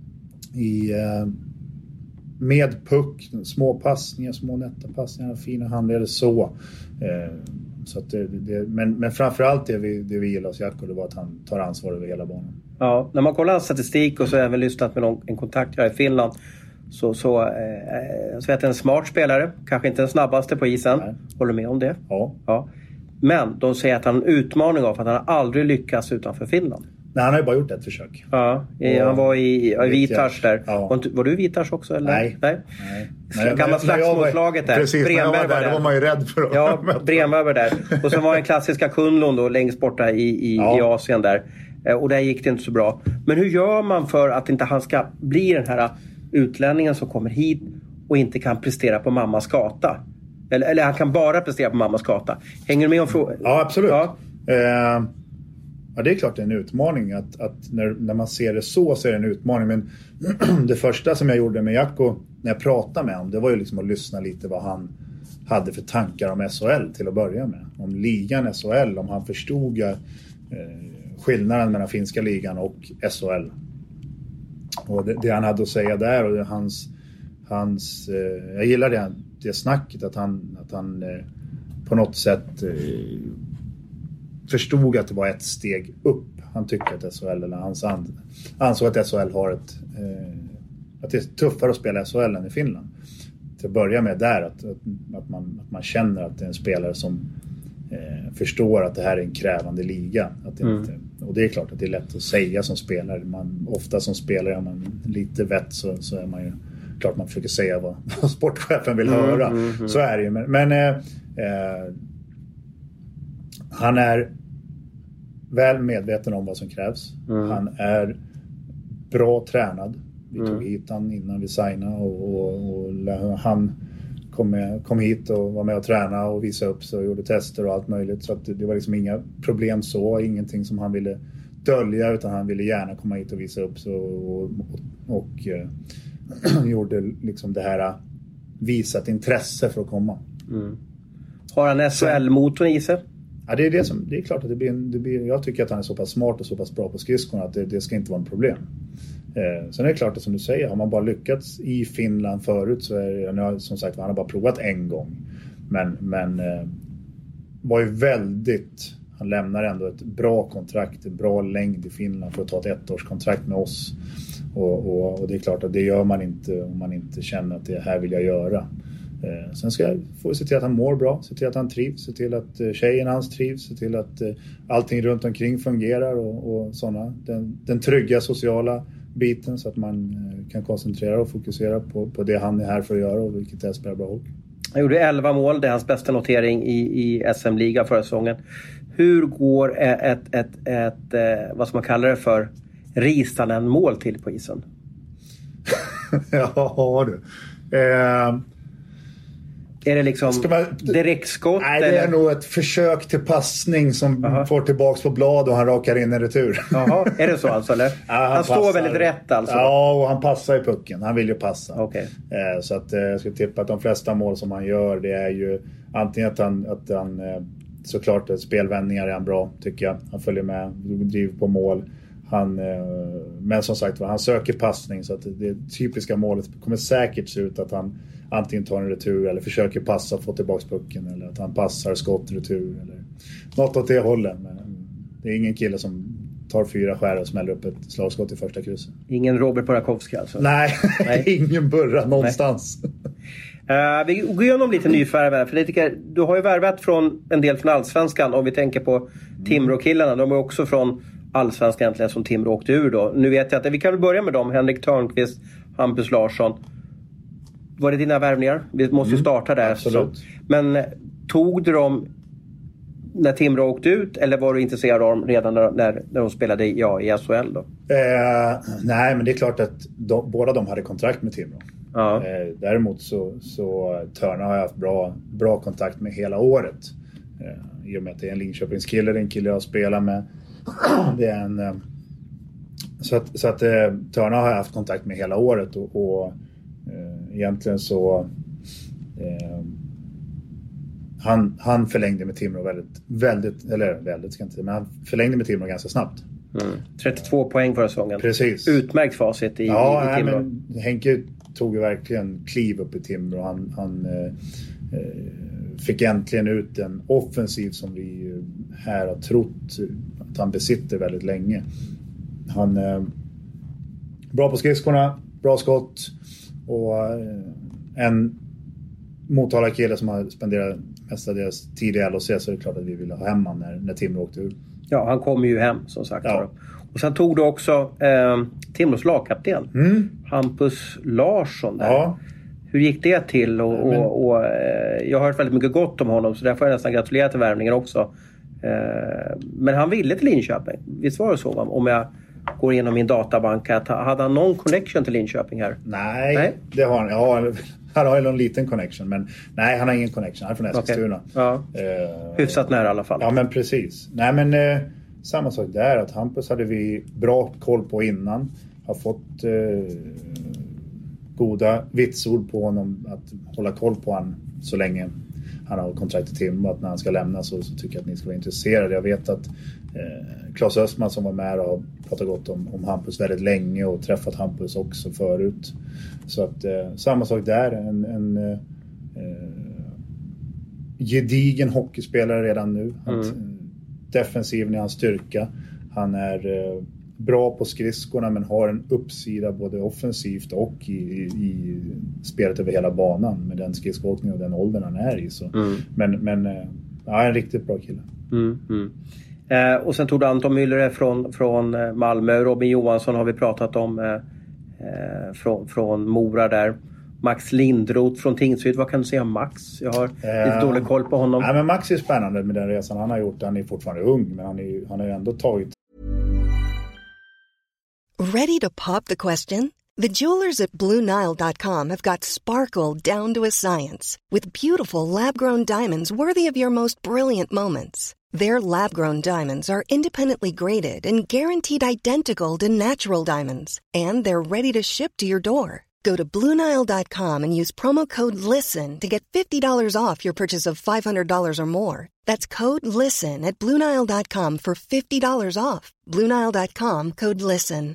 i uh, med puck, små passningar, små nätta passningar, fina handleder så. Uh, så att det, det, men, men framförallt det vi, det vi gillar hos Jaakko, det var att han tar ansvar över hela banan. Ja, när man kollar hans statistik och så även lyssnat med någon, en kontakt här i Finland så, så, eh, så vet jag en smart spelare, kanske inte den snabbaste på isen. Nej. Håller med om det? Ja. Ja. Men de säger att han har en utmaning av att han har aldrig lyckats utanför Finland. Nej, han har ju bara gjort ett försök. Ja, i, han var i, i Vitars där. Ja. Var, var du i Vitars också? Eller? Nej. Nej. Nej. Gamla slagsmålslaget där. Precis, när jag var där, där. Då var man ju rädd för att Ja, Bremberg var där. Och så var den klassiska Kunlund då, längst borta i, i, ja. i Asien där. Och där gick det inte så bra. Men hur gör man för att inte han ska bli den här utlänningen som kommer hit och inte kan prestera på mammas gata? Eller, eller han kan bara prestera på mammas gata. Hänger du med om frågan? Ja, absolut. Ja. Eh, ja, det är klart det är en utmaning. Att, att när, när man ser det så så är det en utmaning. Men det första som jag gjorde med Jaakko när jag pratade med honom, det var ju liksom att lyssna lite vad han hade för tankar om S H L till att börja med. Om ligan S H L, om han förstod eh, skillnaden mellan finska ligan och S H L. Och det, det han hade att säga där och det, hans, hans eh, jag gillar det, det snacket att han, att han eh, på något sätt eh, förstod att det var ett steg upp. Han tycker att S H L, eller hans and, ansåg att S H L har ett eh, att det är tuffare att spela S H L än i Finland. Till att börja med där att, att, att, man, att man känner att det är en spelare som eh, förstår att det här är en krävande liga. Att det mm. inte, och det är klart att det är lätt att säga som spelare. Man, ofta som spelare är man lite vett så, så är man ju klart man försöker säga vad, vad sportchefen vill mm, höra. Mm, mm. Så är det ju. Men, men eh, eh, han är väl medveten om vad som krävs. Mm. Han är bra tränad. Vi tog mm. hit han innan vi signade och, och, och han kom, med, kom hit och var med och träna och visade upp sig och gjorde tester och allt möjligt. Så att det, det var liksom inga problem så, ingenting som han ville dölja, utan han ville gärna komma hit och visa upp sig och, och, och, och äh, gjorde liksom det här, visat intresse för att komma. Mm. Har han S H L-motorn i sig? Ja, det är det som, det är klart att det blir, en, det blir, jag tycker att han är så pass smart och så pass bra på skridskorna att det, det ska inte vara en problem. Eh, sen är det klart att som du säger, har man bara lyckats i Finland förut så är det, som sagt, han har bara provat en gång. Men, men eh, var ju väldigt, han lämnar ändå ett bra kontrakt, en bra längd i Finland för att ta ett ettårskontrakt med oss. Och, och, och det är klart att det gör man inte om man inte känner att det här vill jag göra. Eh, sen ska jag få se till att han mår bra, se till att han trivs, se till att eh, tjejen hans trivs, se till att eh, allting runt omkring fungerar och, och sådana. Den, den trygga sociala biten så att man eh, kan koncentrera och fokusera på, på det han är här för att göra och vilket är att spela bra hockey. Han gjorde elva mål, det är hans bästa notering i, i S M-liga förra säsongen. Hur går ett, ett, ett, ett, ett vad ska man kalla det för, Ristanen mål till på isen? Ja du. Eh... Är det liksom man, direktskott? Nej, det eller? är nog ett försök till passning som Aha. får tillbaks på blad och han rakar in en retur. Jaha, är det så alltså? Eller? Ja, han han står väldigt rätt alltså? Ja, och han passar i pucken. Han vill ju passa. Okay. Eh, så att, eh, jag skulle tippa att de flesta mål som han gör, det är ju antingen att han, att han eh, såklart spelvändningar är han bra, tycker jag. Han följer med, driver på mål. Han, eh, men som sagt, han söker passning så att det typiska målet kommer säkert se ut att han antingen tar en retur eller försöker passa och få tillbaka pucken, eller att han passar skott, retur eller något åt det hållet. Men det är ingen kille som tar fyra skär och smäller upp ett slagskott i första krysset. Ingen Robert Burakovsky alltså? Nej, Nej. ingen burra någonstans. Uh, vi går igenom lite nyfärvare, för det tycker, du har ju värvat från en del från Allsvenskan, om vi tänker på Timrå-killarna. De är också från Allsvenskan egentligen, som Timrå åkte ur då. Nu vet jag att vi kan väl börja med dem, Henrik Törnqvist, Hampus Larsson. Var det dina värvningar? Vi måste ju starta där. Absolut. Så. Men tog du dem när Timrå åkte ut, eller var du intresserad av dem redan när, när, när de spelade ja, i S H L då? Eh, nej, men det är klart att de, båda de hade kontrakt med Timrå. Ja. Eh, däremot så, så Törna har jag haft bra, bra kontakt med hela året. Eh, I och med att det är en Linköpingskille, det är en kille jag spelar med. Det är en, eh, så att, så att eh, Törna har jag haft kontakt med hela året och, och eh, egentligen så eh, han, han förlängde med Timrå väldigt, väldigt, eller väldigt ska jag inte säga, men han förlängde med Timrå ganska snabbt. Mm. trettiotvå poäng förra säsongen. Precis. Utmärkt facit i, ja, i, i Timrå. Nej, men Henke tog ju verkligen kliv upp i Timrå. Han, han eh, fick äntligen ut en offensiv som vi här har trott att han besitter väldigt länge. Han är eh, bra på skridskorna, bra skott och eh, en Motala kille som har spenderat mestadels tid i L H C, så är det klart att vi ville ha hem han när, när Timrå åkte ur. Ja, han kom ju hem som sagt. Ja. Och sen tog du också eh, Timrås lagkapten. Mm. Hampus Larsson där. Ja. Hur gick det till? Och, ja, men... och, och eh, jag har hört väldigt mycket gott om honom, så där får jag nästan gratulera till värvningen också. Eh, men han ville till Linköping. Visst var det så, va? Om jag går igenom min databank. Att, hade han någon connection till Linköping här? Nej, nej? det har han. Ja, han har ju en liten connection, men nej, han har ingen connection. Han är från Eskilstuna. Okay. Ja. Uh, Hyfsat nära i alla fall. Ja, men precis. Nej, men uh, samma sak där. Att Hampus hade vi bra koll på innan. Har fått uh, goda vitsord på honom att hålla koll på honom så länge han har kontrakt i Timrå. Att när han ska lämna så, så tycker jag att ni ska vara intresserade. Jag vet att uh, Claes Östman som var med och pratat gott om, om Hampus väldigt länge och träffat Hampus också förut. Så att eh, samma sak där. En, en eh, gedigen hockeyspelare redan nu. Mm. Att, defensiven är hans styrka. Han är eh, bra på skridskorna men har en uppsida både offensivt och i, i, i spelet över hela banan med den skridskoåkning och den åldern han är i. Så. Mm. Men, men eh, ja, en riktigt bra kille. Mm, mm. Eh, och sen tog du Anton Müller från, från Malmö. Robin Johansson har vi pratat om eh, från, från Mora där. Max Lindroth från Tingsryd. Vad kan du säga om Max? Jag har eh, lite dålig koll på honom. Nej, men Max är spännande med den resan han har gjort. Han är fortfarande ung, men han, är, han har ju ändå tagit. Ready to pop the question? The jewelers at Blue Nile dot com have got sparkle down to a science with beautiful lab-grown diamonds worthy of your most brilliant moments. Their lab-grown diamonds are independently graded and guaranteed identical to natural diamonds. And they're ready to ship to your door. Go to Blue Nile dot com and use promo code LISTEN to get fifty dollars off your purchase of five hundred dollars or more. That's code LISTEN at Blue Nile dot com for fifty dollars off. Blue Nile dot com, code LISTEN.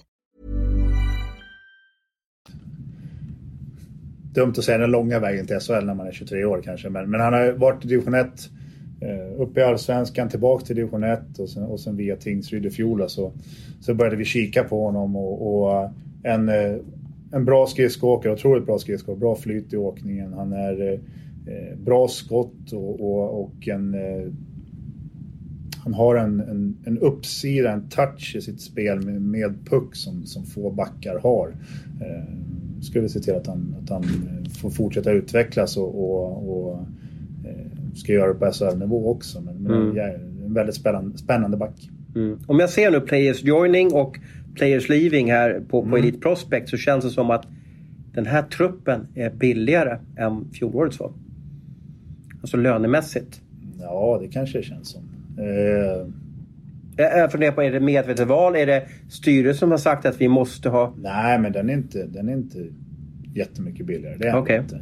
Dumt att säga den långa vägen till S H L när man är tjugotre år kanske. Men, men han har varit i division ett. Uppe i Allsvenskan, tillbaka till division ett och sen, och sen via Tingsryd i fjol så, så började vi kika på honom och, och en, en bra skridskoåkare, otroligt bra skridskoåkare, bra flyt i åkningen. Han är eh, bra skott och, och, och en, eh, han har en, en, en uppsida, en touch i sitt spel med, med puck som, som få backar har. Eh, skulle se till att han, att han får fortsätta utvecklas och, och, och ska göra det på S H L-nivå också. Men, men mm. jag är en väldigt spännande, spännande back. Mm. Om jag ser nu players joining och players leaving här på, på mm. Elite Prospect så känns det som att den här truppen är billigare än fjolårets var. Alltså lönemässigt. Ja, det kanske det känns som. Eh... Jag funderar på, är det medvetet val? Är det styrelsen som har sagt att vi måste ha... Nej, men den är inte, den är inte jättemycket billigare. Det är okay. inte.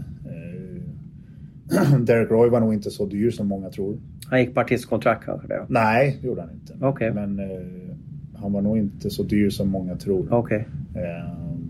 Derek Roy var nog inte så dyr som många tror. Han gick på artistkontrakt kanske det? Nej, det gjorde han inte. Okay. Men eh, han var nog inte så dyr som många tror. Okay. Eh,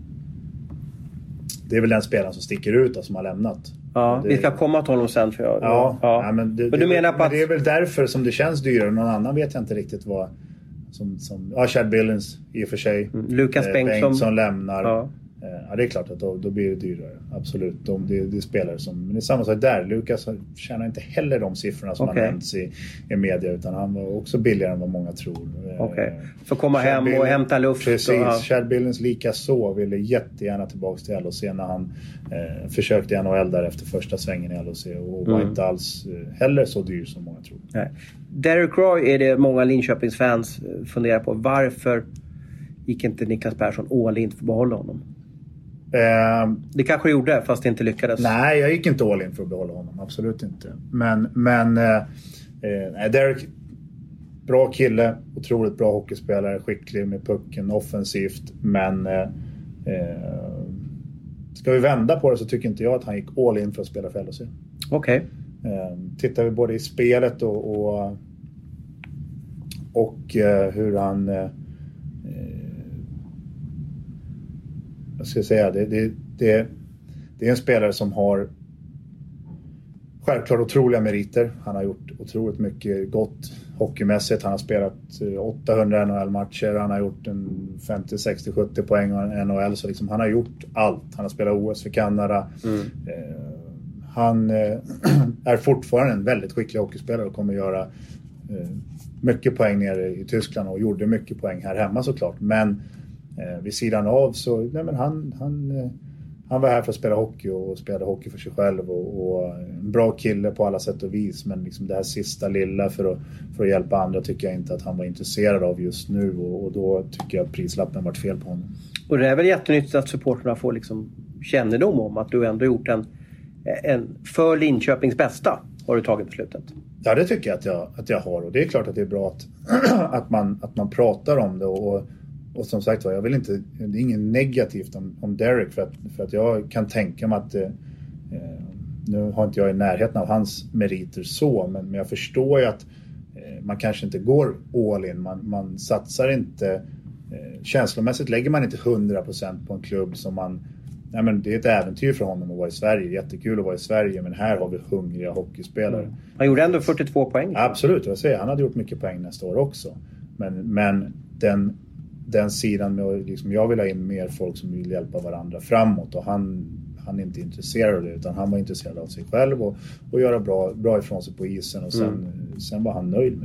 det är väl den spelaren som sticker ut och som har lämnat. Ja, det, vi ska komma till honom sen. För jag, ja, ja. ja, men, det, men du det, menar på att... det är väl därför som det känns dyrare. Någon annan vet jag inte riktigt vad. Som, som, ja, Chad Billings i och för sig. Mm. Lukas eh, Bengtsson. Bengtsson lämnar. Ja. Eh, ja, det är klart att då, då blir det dyrare. Absolut. De, det, det är spelare som... Men det är samma sak där. Lukas tjänar inte heller de siffrorna som okay. har nämnts i, i media. Utan han var också billigare än vad många tror. Okej. Okay. För komma Chad hem och Billings, hämta luft. Precis. Och... Chad Billings lika så ville jättegärna tillbaka till L H C när han eh, försökte i N H L där efter första svängen i L H C. Och mm. var inte alls eh, heller så dyr som många tror. Nej. Derek Roy är det många Linköpingsfans funderar på. Varför gick inte Niklas Persson all in för att behålla honom? Eh, det kanske gjorde, fast det inte lyckades. Nej, jag gick inte all in för att behålla honom. Absolut inte. Men, men eh, eh, Derek, bra kille, otroligt bra hockeyspelare, skicklig med pucken, offensivt. Men eh, eh, ska vi vända på det så tycker inte jag att han gick all in för att spela för L H C. Okej. Okay. Eh, tittar vi både i spelet och, och, och eh, hur han... Eh, Jag ska säga, det, det, det, det är en spelare som har självklart otroliga meriter. Han har gjort otroligt mycket gott hockeymässigt. Han har spelat åttahundra N H L-matcher. Han har gjort en femtio, sextio, sjuttio poäng i N H L. Så liksom, han har gjort allt. Han har spelat O S för Kanada. Mm. Eh, han eh, är fortfarande en väldigt skicklig hockeyspelare och kommer göra eh, mycket poäng nere i Tyskland. Och gjorde mycket poäng här hemma såklart. Men Eh, vid sidan av så nej men han, han, eh, han var här för att spela hockey och spelade hockey för sig själv och, och en bra kille på alla sätt och vis, men liksom det här sista lilla för att, för att hjälpa andra tycker jag inte att han var intresserad av just nu och, och då tycker jag att prislappen varit fel på honom. Och det är väl jättenyttigt att supporterna får liksom kännedom om att du ändå gjort en, en för Linköpings bästa har du tagit beslutet. Ja, det tycker jag att jag, att jag har och det är klart att det är bra att, att, man, att man pratar om det och Och som sagt var, jag vill inte, det är inget negativt om, om Derek för att, för att jag kan tänka mig att eh, nu har inte jag i närheten av hans meriter så, men, men jag förstår ju att eh, man kanske inte går all in, man, man satsar inte eh, känslomässigt lägger man inte hundra procent på en klubb som man, nej men det är ett äventyr för honom att vara i Sverige, jättekul att vara i Sverige, men här har vi hungriga hockeyspelare. Mm. Han gjorde ändå fyrtiotvå poäng. Absolut, jag säger, han hade gjort mycket poäng nästa år också, men, men den den sidan med liksom, jag vill ha in mer folk som vill hjälpa varandra framåt och han, han är inte intresserad av det utan han var intresserad av sig själv och, och göra bra, bra ifrån sig på isen och sen, mm. sen var han nöjd med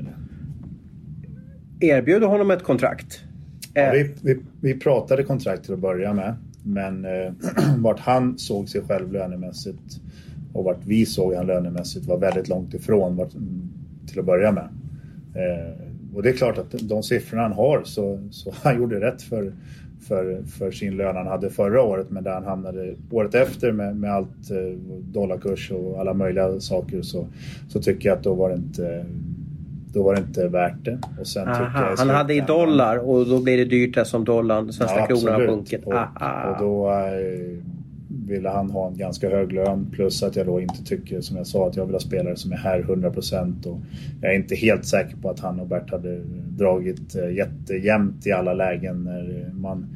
det. Erbjöd du honom ett kontrakt? Ja, vi, vi, vi pratade kontrakt till att börja med men eh, vart han såg sig själv lönemässigt och vart vi såg han lönemässigt var väldigt långt ifrån vart, till att börja med. Eh, Och det är klart att de siffrorna han har så, så han gjorde rätt för, för, för sin lön han hade förra året. Men där han hamnade året efter med, med allt eh, dollarkurs och alla möjliga saker så, så tycker jag att då var det inte, då var det inte värt det. Och sen Aha, tycker jag han hade i dollar och då blir det dyrt som dollarn, svenska ja, kronan har sjunkit. Och, och då eh, ville han ha en ganska hög lön plus att jag då inte tycker som jag sa att jag vill ha spelare som är här hundra procent och jag är inte helt säker på att han och Bert hade dragit jättejämnt i alla lägen när man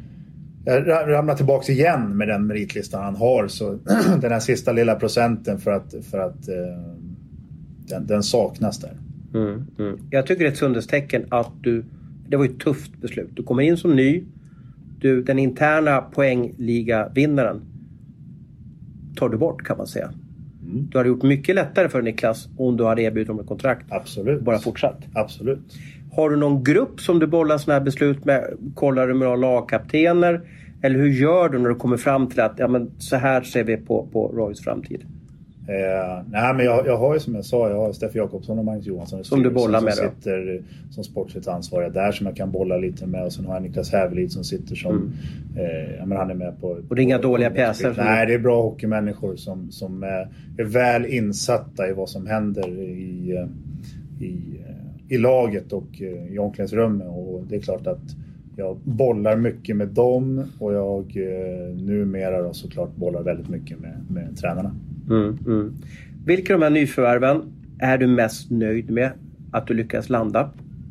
ramlar tillbaka igen med den meritlistan han har så den här sista lilla procenten för att, för att den, den saknas där. Mm, mm. Jag tycker det är ett sundhetstecken att du, det var ett tufft beslut, du kommer in som ny, du, den interna poängliga-vinnaren tar du bort kan man säga. Mm. Du hade gjort mycket lättare för Niklas om du hade erbjudit om ett kontrakt. Absolut. Bara fortsatt. Absolut. Har du någon grupp som du bollar sådana här beslut med? Kollar du med lagkaptener? Eller hur gör du när du kommer fram till att ja, men så här ser vi på, på Roys framtid? Eh, nej men jag, jag har ju som jag sa, jag har Stefan Jakobsson och Magnus Johansson som du bollar med som sitter då? Som sportsligt ansvariga där som jag kan bolla lite med och sen har jag Niklas Hävelid som sitter som mm. eh, ja, men han är med på och det är inga på, dåliga på, pjäser nej det är bra hockeymänniskor som, som är, är väl insatta i vad som händer i, i, i laget och i omklädningsrummet och det är klart att jag bollar mycket med dem och jag eh, numera då såklart bollar väldigt mycket med, med tränarna. Mm, mm. Vilka av de här nyförvärven är du mest nöjd med att du lyckas landa?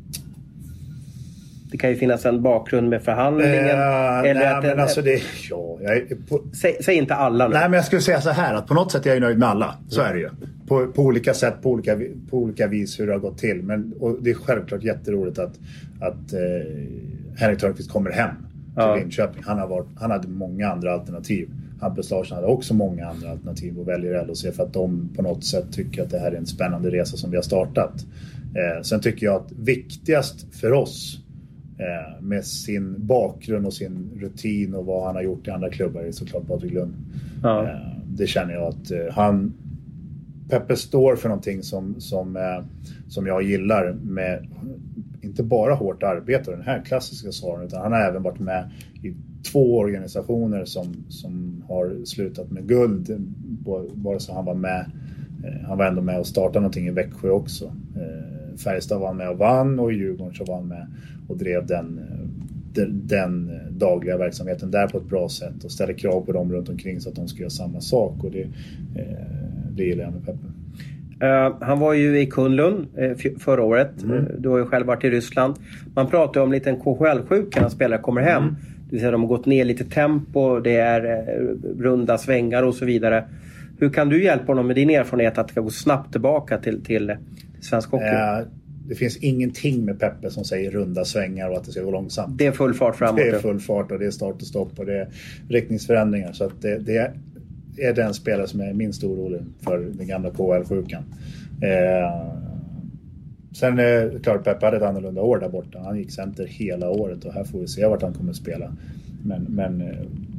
Det kan ju finnas en bakgrund med förhandlingen. Uh, eller nej, att men det, alltså det, ja, jag är på, säg, säg inte alla nu. Nej, men jag skulle säga så här att på något sätt är jag nöjd med alla. Så mm. är det ju. På, på olika sätt, på olika, på olika vis hur det har gått till. Men och det är självklart jätteroligt att, att eh, Henrik Törnqvist kommer hem. ja. till Linköping. Han, har varit, han hade många andra alternativ. Hampus Larsson hade också många andra alternativ och väljer L H C för att de på något sätt tycker att det här är en spännande resa som vi har startat. Eh, sen tycker jag att viktigast för oss eh, med sin bakgrund och sin rutin och vad han har gjort i andra klubbar är såklart Patrik Lund. Ja. Eh, det känner jag att eh, han Peppe står för någonting som, som, eh, som jag gillar med inte bara hårt arbete och den här klassiska svaren, utan han har även varit med i två organisationer som, som har slutat med guld. Bara så han var med. Eh, han var ändå med och startade någonting i Växjö också. Eh, Färjestad var med och vann, och i Djurgården så var han med och drev den, den, den dagliga verksamheten där på ett bra sätt och ställde krav på dem runt omkring så att de ska göra samma sak, och det, eh, det gillar jag med Peppe. Uh, han var ju i Kunlun uh, f- förra året. Mm. Uh, du har ju själv varit i Ryssland. Man pratar om lite en K H L-sjuka när spelare kommer hem. Mm. Det vill säga de har gått ner lite tempo, det är uh, runda svängar och så vidare. Hur kan du hjälpa honom med din erfarenhet att det ska gå snabbt tillbaka till, till, till svensk hockey? Uh, det finns ingenting med Peppe som säger runda svängar och att det ska gå långsamt. Det är full fart framåt. Det är full fart och det är start och stopp och det är riktningsförändringar. Så att det, det är är den spelare som är minst orolig för den gamla K H L-sjukan. Eh, sen är eh, klart Peppe hade ett annorlunda år där borta. Han gick center hela året och här får vi se vart han kommer att spela. Men... men eh,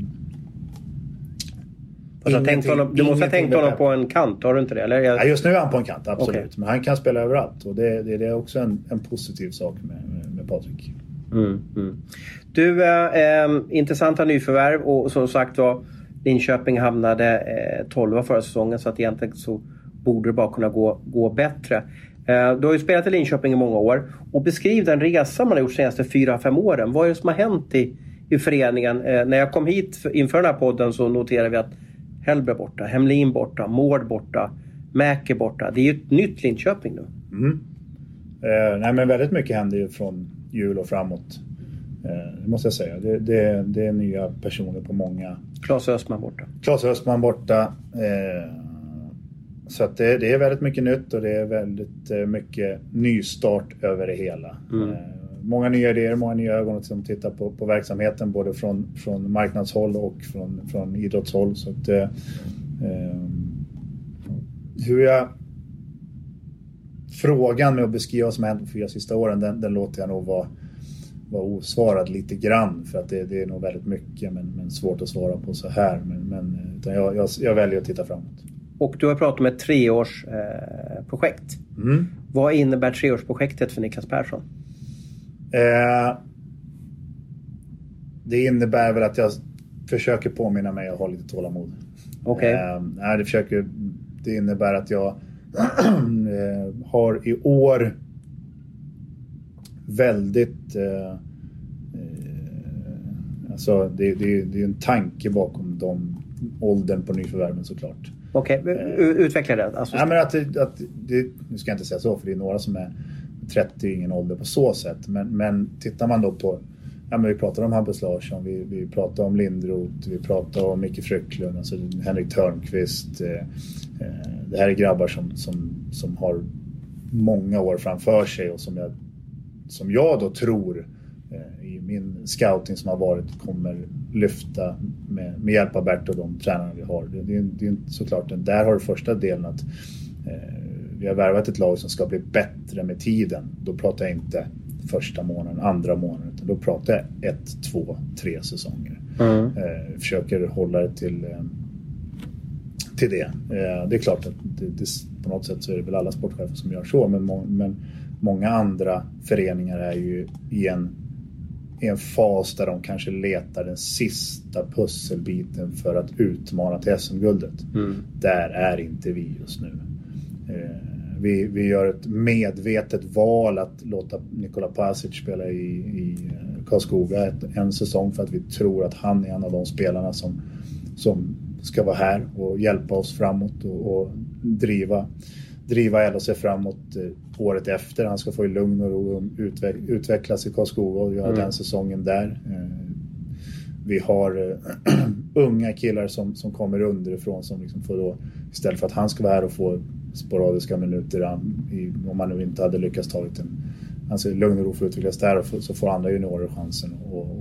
alltså, tänkt honom, du måste ha tänkt honom på en kant, har du inte det? Eller? Jag... Ja, just nu är han på en kant, absolut. Okay. Men han kan spela överallt och det, det, det är också en, en positiv sak med, med, med Patrik. Mm, mm. Du, eh, eh, intressanta nyförvärv och som sagt var Linköping hamnade eh, tolva förra säsongen, så att egentligen så borde det bara kunna gå, gå bättre. Eh, du har ju spelat i Linköping i många år och beskriv den resa man har gjort de senaste fyra fem åren. Vad är det som har hänt i, i föreningen? Eh, när jag kom hit för, inför den här podden så noterade vi att Hellberg borta, Hemlin borta, Mård borta, Mäke borta. Det är ju ett nytt Linköping nu. Mm. Eh, nej men väldigt mycket händer ju från jul och framåt. Det måste jag säga. Det, det, det är nya personer på många. Klas Östman borta. Klas Östman borta. Eh, så att det, det är väldigt mycket nytt och det är väldigt eh, mycket nystart över det hela. Mm. Eh, många nya idéer, många nya ögon som tittar på, på verksamheten både från, från marknadshåll och från, från idrottshåll. Så att, eh, hur jag... Frågan med att beskriva vad som har hänt de fyra sista åren, den, den låter jag nog vara var osvarad lite grann för att det, det är nog väldigt mycket men, men svårt att svara på så här men, men utan jag, jag, jag väljer att titta framåt. Och du har pratat om ett treårsprojekt. Eh, mm. Vad innebär treårsprojektet för Niklas Persson? Eh, det innebär väl att jag försöker påminna mig att ha lite tålamod. Okej. Okay. Eh, det, försöker, det innebär att jag har i år väldigt eh, eh, alltså det, det, det är en tanke bakom de åldern på nyförvärven såklart. Okej, okay. Utveckla det. Alltså, ja, men att, det, att det, nu ska jag inte säga så för det är några som är trettio, ingen ålder på så sätt, men, men tittar man då på ja, men vi pratar om Hampus Larsson, vi, vi pratar om Lindroth, vi pratar om Micke Frycklund, alltså Henrik Törnqvist, eh, eh, det här är grabbar som, som, som har många år framför sig och som jag som jag då tror eh, i min scouting som har varit kommer lyfta med, med hjälp av Bert och de tränarna vi har. Det, det, det är såklart den där har du första delen att eh, vi har värvat ett lag som ska bli bättre med tiden. Då pratar jag inte första månaden, andra månaden, utan då pratar jag ett, två, tre säsonger. Mm. Eh, försöker hålla det till, eh, till det. Eh, det är klart att det, det, på något sätt så är det väl alla sportchefer som gör så, men, men många andra föreningar är ju i en, i en fas där de kanske letar den sista pusselbiten för att utmana till S M-guldet. Mm. Där är inte vi just nu. Eh, vi, vi gör ett medvetet val att låta Nikola Pasic spela i, i Karlskoga ett, en säsong för att vi tror att han är en av de spelarna som, som ska vara här och hjälpa oss framåt och, och driva driva L H C framåt eh, året efter. Han ska få i lugn och ro och utveck- utvecklas i Karlskoga och göra mm. den säsongen där. Eh, vi har eh, unga killar som, som kommer underifrån som liksom får då, istället för att han ska vara här och få sporadiska minuter i, om man nu inte hade lyckats ta en han ser lugn och ro för att utvecklas där och så får andra juniorer chansen och, och, och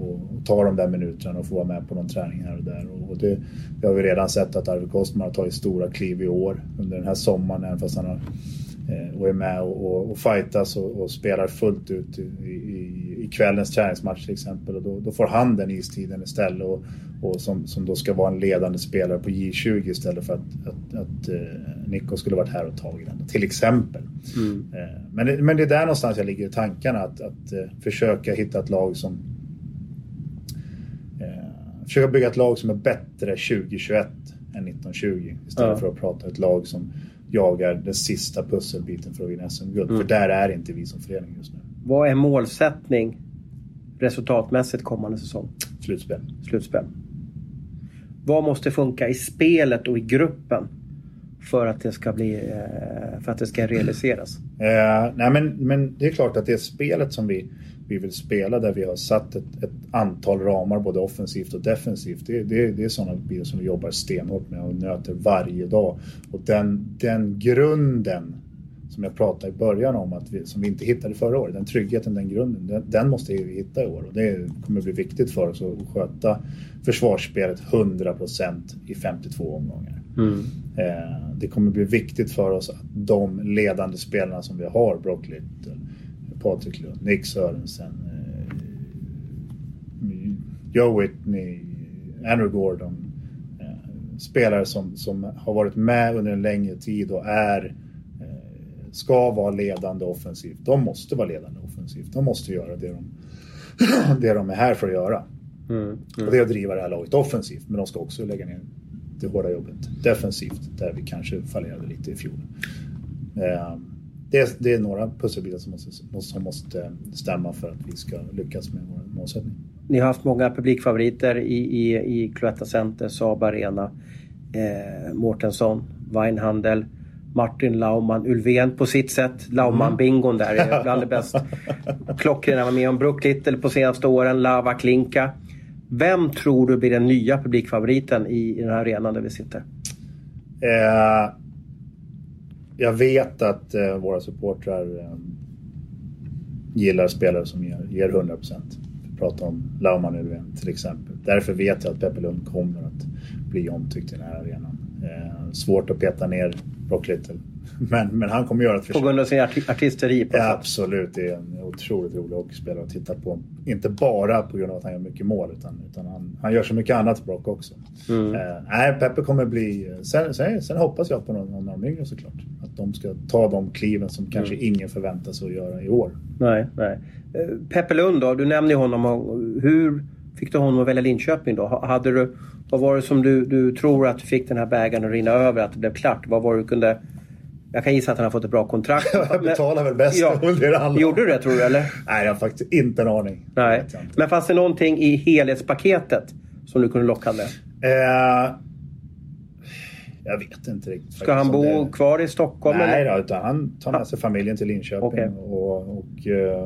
och ta de där minuterna och få vara med på någon träning här och där. Och det, det har vi redan sett att Arvid Kostman har tagit stora kliv i år under den här sommaren, även fast han har, eh, och är med och, och, och fightas och, och spelar fullt ut i, i, i kvällens träningsmatch till exempel. Och då, då får han den istiden istället och, och som, som då ska vara en ledande spelare på J tjugo istället för att, att, att eh, Nico skulle varit här och tagit den till exempel. Mm. Eh, men, det, men det är där någonstans jag ligger i tankarna att, att eh, försöka hitta ett lag som eh, försöka bygga ett lag som är bättre tjugo tjugoett än nitton tjugo istället ja. för att prata ett lag som jagar den sista pusselbiten för att vinna S M-guld. Mm. För där är inte vi som förening just nu. Vad är målsättning resultatmässigt kommande säsong? Slutspel. Slutspel. Vad måste funka i spelet och i gruppen för att det ska bli för att det ska realiseras? Eh, nej men, men det är klart att det är spelet som vi, vi vill spela, där vi har satt ett, ett antal ramar både offensivt och defensivt. Det, det, det är sådana bilar som vi jobbar stenhårt med och nöter varje dag. Och den, den grunden som jag pratade i början om att vi, som vi inte hittade förra året, den tryggheten, den grunden, den, den måste vi hitta i år. Och det kommer bli viktigt för oss att sköta försvarsspelet hundra procent i femtiotvå omgångar. Mm. Eh, det kommer bli viktigt för oss att de ledande spelarna som vi har, Brock Little, Patrik Lund, Nick Sörensen, eh, Joe Whitney, Andrew Gordon, eh, spelare som, som har varit med under en längre tid och är ska vara ledande offensivt. De måste vara ledande offensivt. De måste göra det de, det de är här för att göra. Mm, mm. Och det är att driva det här laget offensivt. Men de ska också lägga ner det hårda jobbet defensivt. Där vi kanske fallerade lite i fjol. Eh, det, är, det är några pusselbitar som måste, som måste stämma för att vi ska lyckas med vår målsättning. Ni har haft många publikfavoriter i, i, i Cloetta Center, Saab Arena, eh, Mårtensson, Weinhandel, Martin Laumann, Ulven på sitt sätt. Laumann-bingon där är bland det bäst. Klockrena var med om Brock Little på senaste åren. Lava Klinka. Vem tror du blir den nya publikfavoriten i, i den här arenan där vi sitter? Eh, jag vet att eh, våra supportrar eh, gillar spelare som ger, ger hundra procent. Vi pratar om Laumann Ulven till exempel. Därför vet jag att Peppe Lund kommer att bli omtyckt i den här arenan. Eh, svårt att peta ner Brock Little. Men, men han kommer göra ett försök. På grund av sin arti- artisteri på ja, absolut, det är en otroligt rolig hockeyspelare att titta på. Inte bara på grund av att han gör mycket mål, utan, utan han, han gör så mycket annat, Brock också. Mm. Eh, nej, Peppe kommer bli... Sen, sen, sen hoppas jag på någon, någon av de yngre såklart. Att de ska ta de kliven som kanske mm. ingen förväntar sig att göra i år. Nej, nej. Eh, Peppe Lund då, du nämnde honom. Hur fick du honom att välja Linköping då? Hade du... Vad var det som du, du tror att du fick den här bägaren att rinna över, att det blev klart? Vad var det du kunde... Jag kan gissa att han har fått ett bra kontrakt. Jag betalar väl bäst. Ja. Det gjorde du det, tror du, eller? Nej, jag har faktiskt inte en aning. Nej. Men fanns det någonting i helhetspaketet som du kunde locka med? Eh, jag vet inte riktigt. Ska han bo det... kvar i Stockholm? Nej, då, utan han tar med sig familjen till Linköping. Okay. Och... och eh,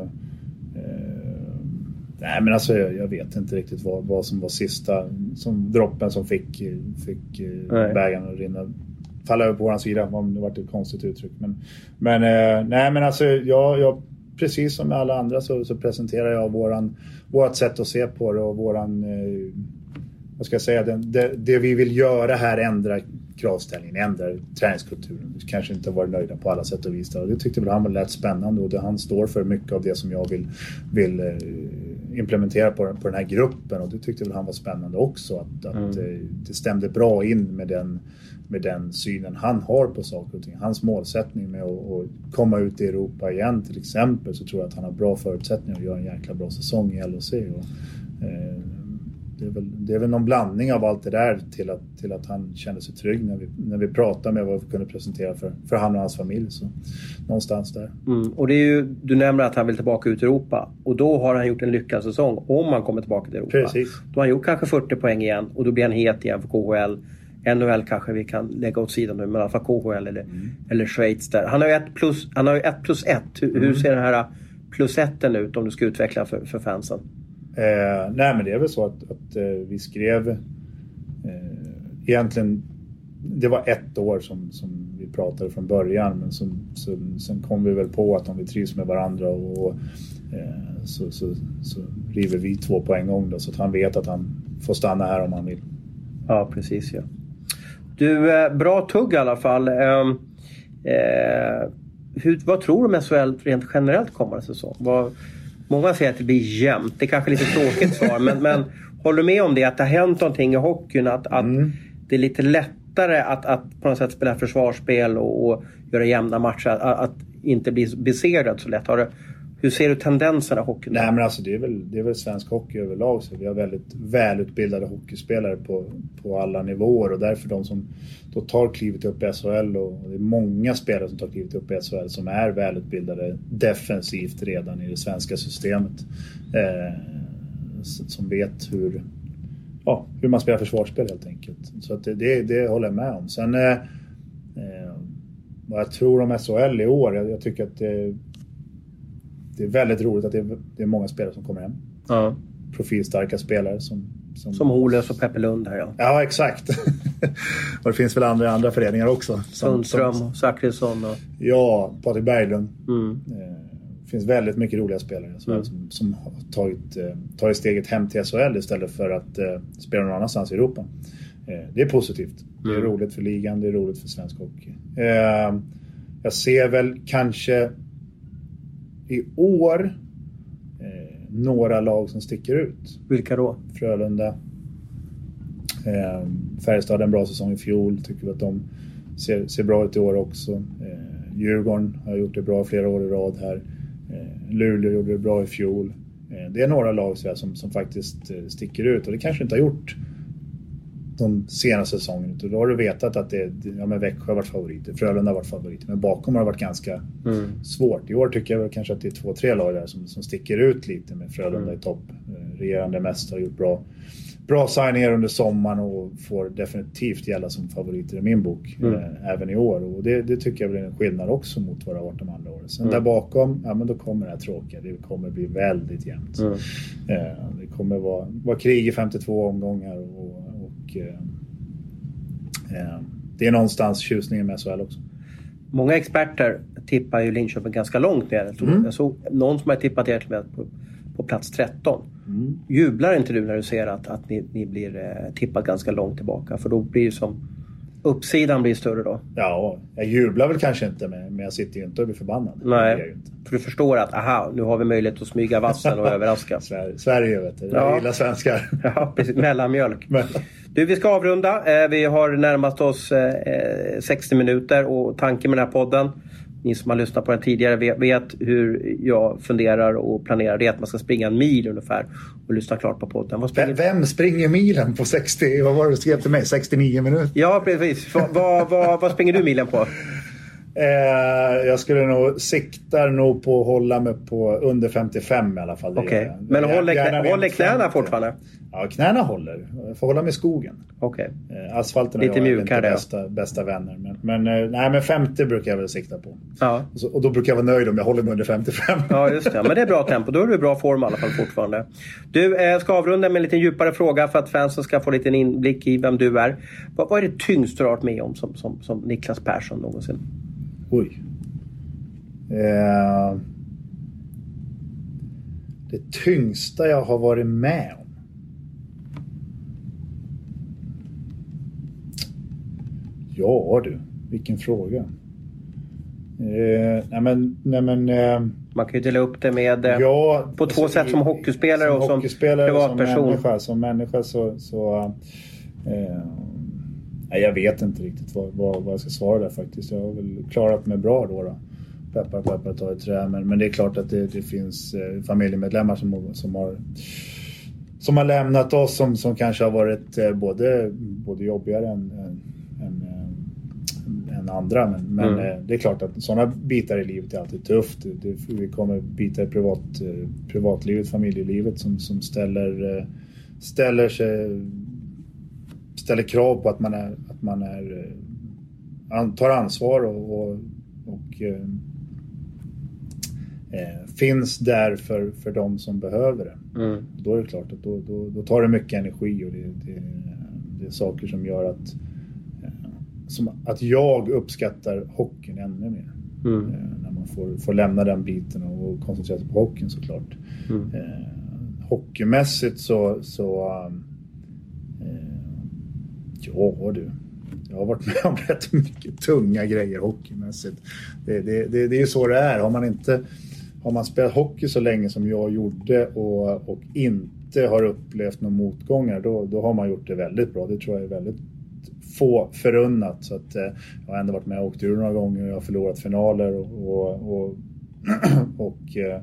Nej, men alltså jag, jag vet inte riktigt vad, vad som var sista som droppen som fick, fick bägaren att rinna, falla över på våran sida, om det var ett konstigt uttryck. Men, men eh, nej, men alltså jag, jag precis som med alla andra så, så presenterar jag våran, vårat sätt att se på det och våran, eh, vad ska jag säga, det, det, det vi vill göra här, ändra kravställningen, ändra träningskulturen. Vi kanske inte varit nöjda på alla sätt och vis där. Och det tyckte väl han var lätt spännande, och det, han står för mycket av det som jag vill, vill eh, implementera på, på den här gruppen, och det tyckte väl han var spännande också, att, att mm. det, det stämde bra in med den, med den synen han har på saker och ting. Hans målsättning med att, att komma ut i Europa igen till exempel, så tror jag att han har bra förutsättningar att göra en jäkla bra säsong i L H C. Och, eh, det, är väl, det är väl någon blandning av allt det där till att, till att han kände sig trygg när vi, när vi pratade med vad vi kunde presentera för, för han och hans familj. Så någonstans där. Mm. Och det är ju, du nämner att han vill tillbaka ut i Europa, och då har han gjort en lyckad säsong om han kommer tillbaka till Europa. Precis. Då har han gjort kanske fyrtio poäng igen, och då blir han het igen för K H L. N H L kanske vi kan lägga åt sidan nu, men i alla fall K H L eller, mm. eller Schweiz där. Han har ju ett plus, han har ju ett plus ett. Hur, mm. hur ser den här plus etten ut om du ska utveckla för, för fansen? Eh, nej, men det är väl så att, att eh, vi skrev eh, egentligen, det var ett år som, som vi pratade från början, men som, som, sen kom vi väl på att om vi trivs med varandra och eh, så, så, så river vi två på en gång då, så att han vet att han får stanna här om han vill. Ja, precis. Ja. Du, eh, bra tugg i alla fall. Eh, eh, hur, vad tror du om S H L rent generellt kommande säsong? Vad, många säger att det blir jämnt. Det är kanske lite tråkigt svar, men, men håller du med om det? Att det har hänt någonting i hockeyn? Att, att mm. det är lite lättare att, att på något sätt spela försvarsspel och, och göra jämna matcher? Att, att inte bli besegrad så lätt. Har det, hur ser du tendenserna i hockeyn? Nej, men alltså det är väl, det är väl svensk hockey överlag. Så vi har väldigt välutbildade hockeyspelare på, på alla nivåer. Och därför de som då tar klivet upp i S H L, och det är många spelare som tar klivet upp i S H L som är välutbildade defensivt redan i det svenska systemet. Eh, som vet hur, ja, hur man spelar försvarsspel helt enkelt. Så att det, det, det håller jag med om. Sen eh, eh, vad jag tror om S H L i år, jag, jag tycker att det Det är väldigt roligt att det är, det är många spelare som kommer hem. Ja. Profilstarka spelare som... Som, som Holös och Peppe Lund här, ja. Ja, exakt. Och det finns väl andra, andra föreningar också. Sundström och Zachrisson. Och... Ja, Patrik Berglund. Mm. Det finns väldigt mycket roliga spelare mm. som, som har tagit, tagit steget hem till S H L istället för att uh, spela någon annanstans i Europa. Uh, det är positivt. Mm. Det är roligt för ligan, det är roligt för svensk hockey. Uh, jag ser väl kanske... i år eh, några lag som sticker ut. Vilka då? Frölunda. Eh, Färjestad hade en bra säsong i fjol. Tycker att de ser, ser bra ut i år också. Eh, Djurgården har gjort det bra flera år i rad här. Eh, Luleå gjorde det bra i fjol. Eh, det är några lag så här, som, som faktiskt eh, sticker ut. Och det kanske inte har gjort de senaste säsongerna. Då har du vetat att det, ja, men Växjö har varit favoriter, Frölunda har varit favoriter, men bakom har det varit ganska mm. svårt. I år tycker jag väl kanske att det är två, tre lag där som, som sticker ut lite med Frölunda mm. i topp. Regerande mästare har gjort bra, bra signingar under sommaren och får definitivt gälla som favoriter i min bok mm. eh, även i år. Och det, det tycker jag blir en skillnad också mot vad det har varit de andra åren. Sen mm. där bakom, ja men då kommer det här tråkiga. Det kommer bli väldigt jämnt. Mm. Eh, det kommer vara, vara krig i femtiotvå omgångar och Och, eh, eh, det är någonstans tjusningen med S H L också. Många experter tippar ju Linköping ganska långt ner. Jag, mm. jag såg någon som har tippat er på, på plats tretton. Mm. Jublar inte du när du ser att, att ni, ni blir eh, tippat ganska långt tillbaka? För då blir det som uppsidan blir större då. Ja, jag jublar väl kanske inte, med, men jag sitter ju inte och blir förbannad. Nej, för du förstår att aha, nu har vi möjlighet att smyga vassen och överraska. Sverige, Sverige vet du, jag ja. gillar svenskar. Ja, precis, mellanmjölk. Du, vi ska avrunda. Vi har närmat oss sextio minuter och tanken med den här podden, ni som har lyssnat på den tidigare vet hur jag funderar och planerar, det är att man ska springa en mil ungefär och lyssna klart på podden. Vad springer... Vem springer milen på sextio? Vad var det du skrev till mig? sextionio minuter? Ja, precis. vad, vad, vad springer du milen på? Eh, jag skulle nog sikta nog på att hålla mig på under femtiofem i alla fall. Okej, okay. Men håller, knä, håller knäna fortfarande? Ja, knäna håller. Jag får hålla mig i skogen. Okej. Okay. Eh, asfalten lite är mjukare, inte bästa, bästa vänner. Men, men, eh, nej, men femtio brukar jag väl sikta på. Ja. Och, så, och då brukar jag vara nöjd om jag håller mig under femtiofem. Ja, just det. Men det är bra tempo. Då är du i bra form i alla fall fortfarande. Du, eh, ska avrunda med en lite djupare fråga för att fansen ska få lite inblick i vem du är. Vad, vad är det tyngsta du har varit med om som, som, som Niklas Persson någonsin? Oj. Eh, det tyngsta jag har varit med om. Ja du, vilken fråga. Eh, nej men, nej men, eh, man kan ju dela upp det med eh, ja, på två sätt som hockeyspelare som och som hockeyspelare privatperson. Som människa, som människa så, så eh, nej, jag vet inte riktigt vad, vad, vad jag ska svara där faktiskt. Jag har väl klarat mig bra då. då. Peppar, peppar, tar ett trä. Men, men det är klart att det, det finns eh, familjemedlemmar som, som, har, som har lämnat oss som, som kanske har varit eh, både, både jobbigare än, än, än, än andra. Men, men mm. eh, det är klart att sådana bitar i livet är alltid tufft. Det, det, vi kommer bitar i privat, eh, privatlivet, familjelivet som, som ställer, eh, ställer sig ställer krav på att man är, att man är tar ansvar och, och, och eh, finns där för, för de som behöver det. Mm. Då är det klart att då, då, då tar det mycket energi och det, det, det är saker som gör att som, att jag uppskattar hockeyn ännu mer. Mm. Eh, när man får, får lämna den biten och koncentrera sig på hockeyn såklart. Mm. Eh, hockeymässigt så, så eh, ja du, jag har varit med om rätt mycket tunga grejer hockeymässigt. Det, det, det, det är ju så det är. Har man inte har man spelat hockey så länge som jag gjorde och, och inte har upplevt några motgångar, då, då har man gjort det väldigt bra. Det tror jag är väldigt få förunnat. Så att, eh, jag har ändå varit med och åkt ur några gånger och jag har förlorat finaler och, och, och, och eh,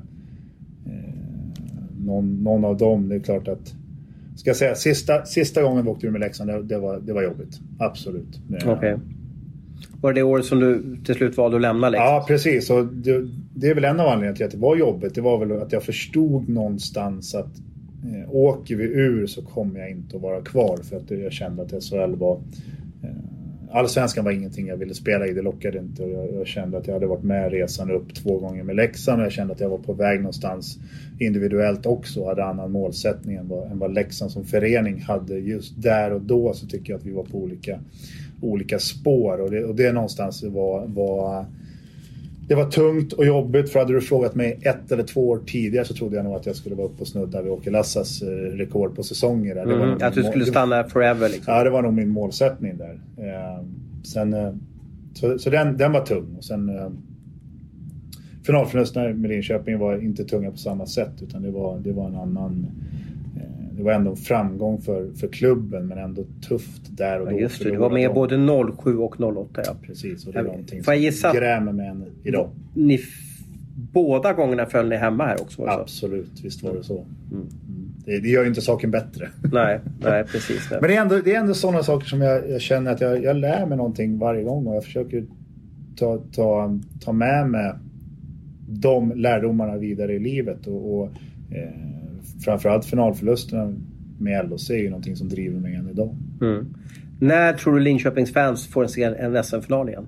någon, någon av dem, det är klart att ska jag säga, sista, sista gången vi åkte ur med Leksand, det, det, var, det var jobbigt. Absolut. Okej. Okay. Var det det året som du till slut valde att lämna Leksand? Ja, precis. Och det, det är väl en av anledningarna till att det var jobbigt. Det var väl att jag förstod någonstans att eh, åker vi ur så kommer jag inte att vara kvar. För att jag kände att S H L var... Eh, Allsvenskan var ingenting jag ville spela i, det lockade inte. Och jag, jag kände att jag hade varit med resan upp två gånger med Leksand. Och jag kände att jag var på väg någonstans individuellt också. Och hade annan målsättning än vad, än vad Leksand som förening hade. Just där och då så tycker jag att vi var på olika, olika spår. Och det, och det någonstans var... var Det var tungt och jobbigt, för hade du frågat mig ett eller två år tidigare så trodde jag nog att jag skulle vara uppe och snudda vid Åke Lassas eh, rekord på säsonger. Där. Det mm, var att du skulle mål... stanna forever liksom. Ja, det var nog min målsättning där. Eh, sen, eh, så så den, den var tung. Och sen eh, finalförlusterna med Linköping var inte tunga på samma sätt, utan det var, det var en annan... Det var ändå en framgång för, för klubben, men ändå tufft där och ja, då. Just det, du var med dem. Både noll sju och noll åtta. Ja. Precis, och det är någonting som gissa, grämer med en idag. Ni f- båda gångerna föll ni hemma här också? Absolut, visst var det så. Mm. Det, det gör ju inte saken bättre. Nej, nej precis. Nej. Men det är, ändå, det är ändå sådana saker som jag, jag känner att jag, jag lär mig någonting varje gång. Och jag försöker ta, ta, ta med mig de lärdomarna vidare i livet. Och, och eh, framförallt finalförlusterna med L H C är ju någonting som driver mig än idag. Mm. När tror du Linköpings fans får se en S M-final igen?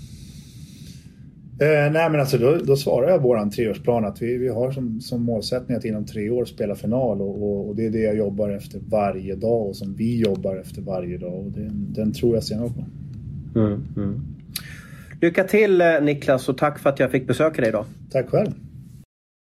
Eh, nej men alltså då, då svarar jag våran treårsplan att vi, vi har som, som målsättning att inom tre år spela final. Och, och, och det är det jag jobbar efter varje dag och som vi jobbar efter varje dag. Och det, den tror jag senare på. Mm, mm. Lycka till Niklas och tack för att jag fick besöka dig idag. Tack själv.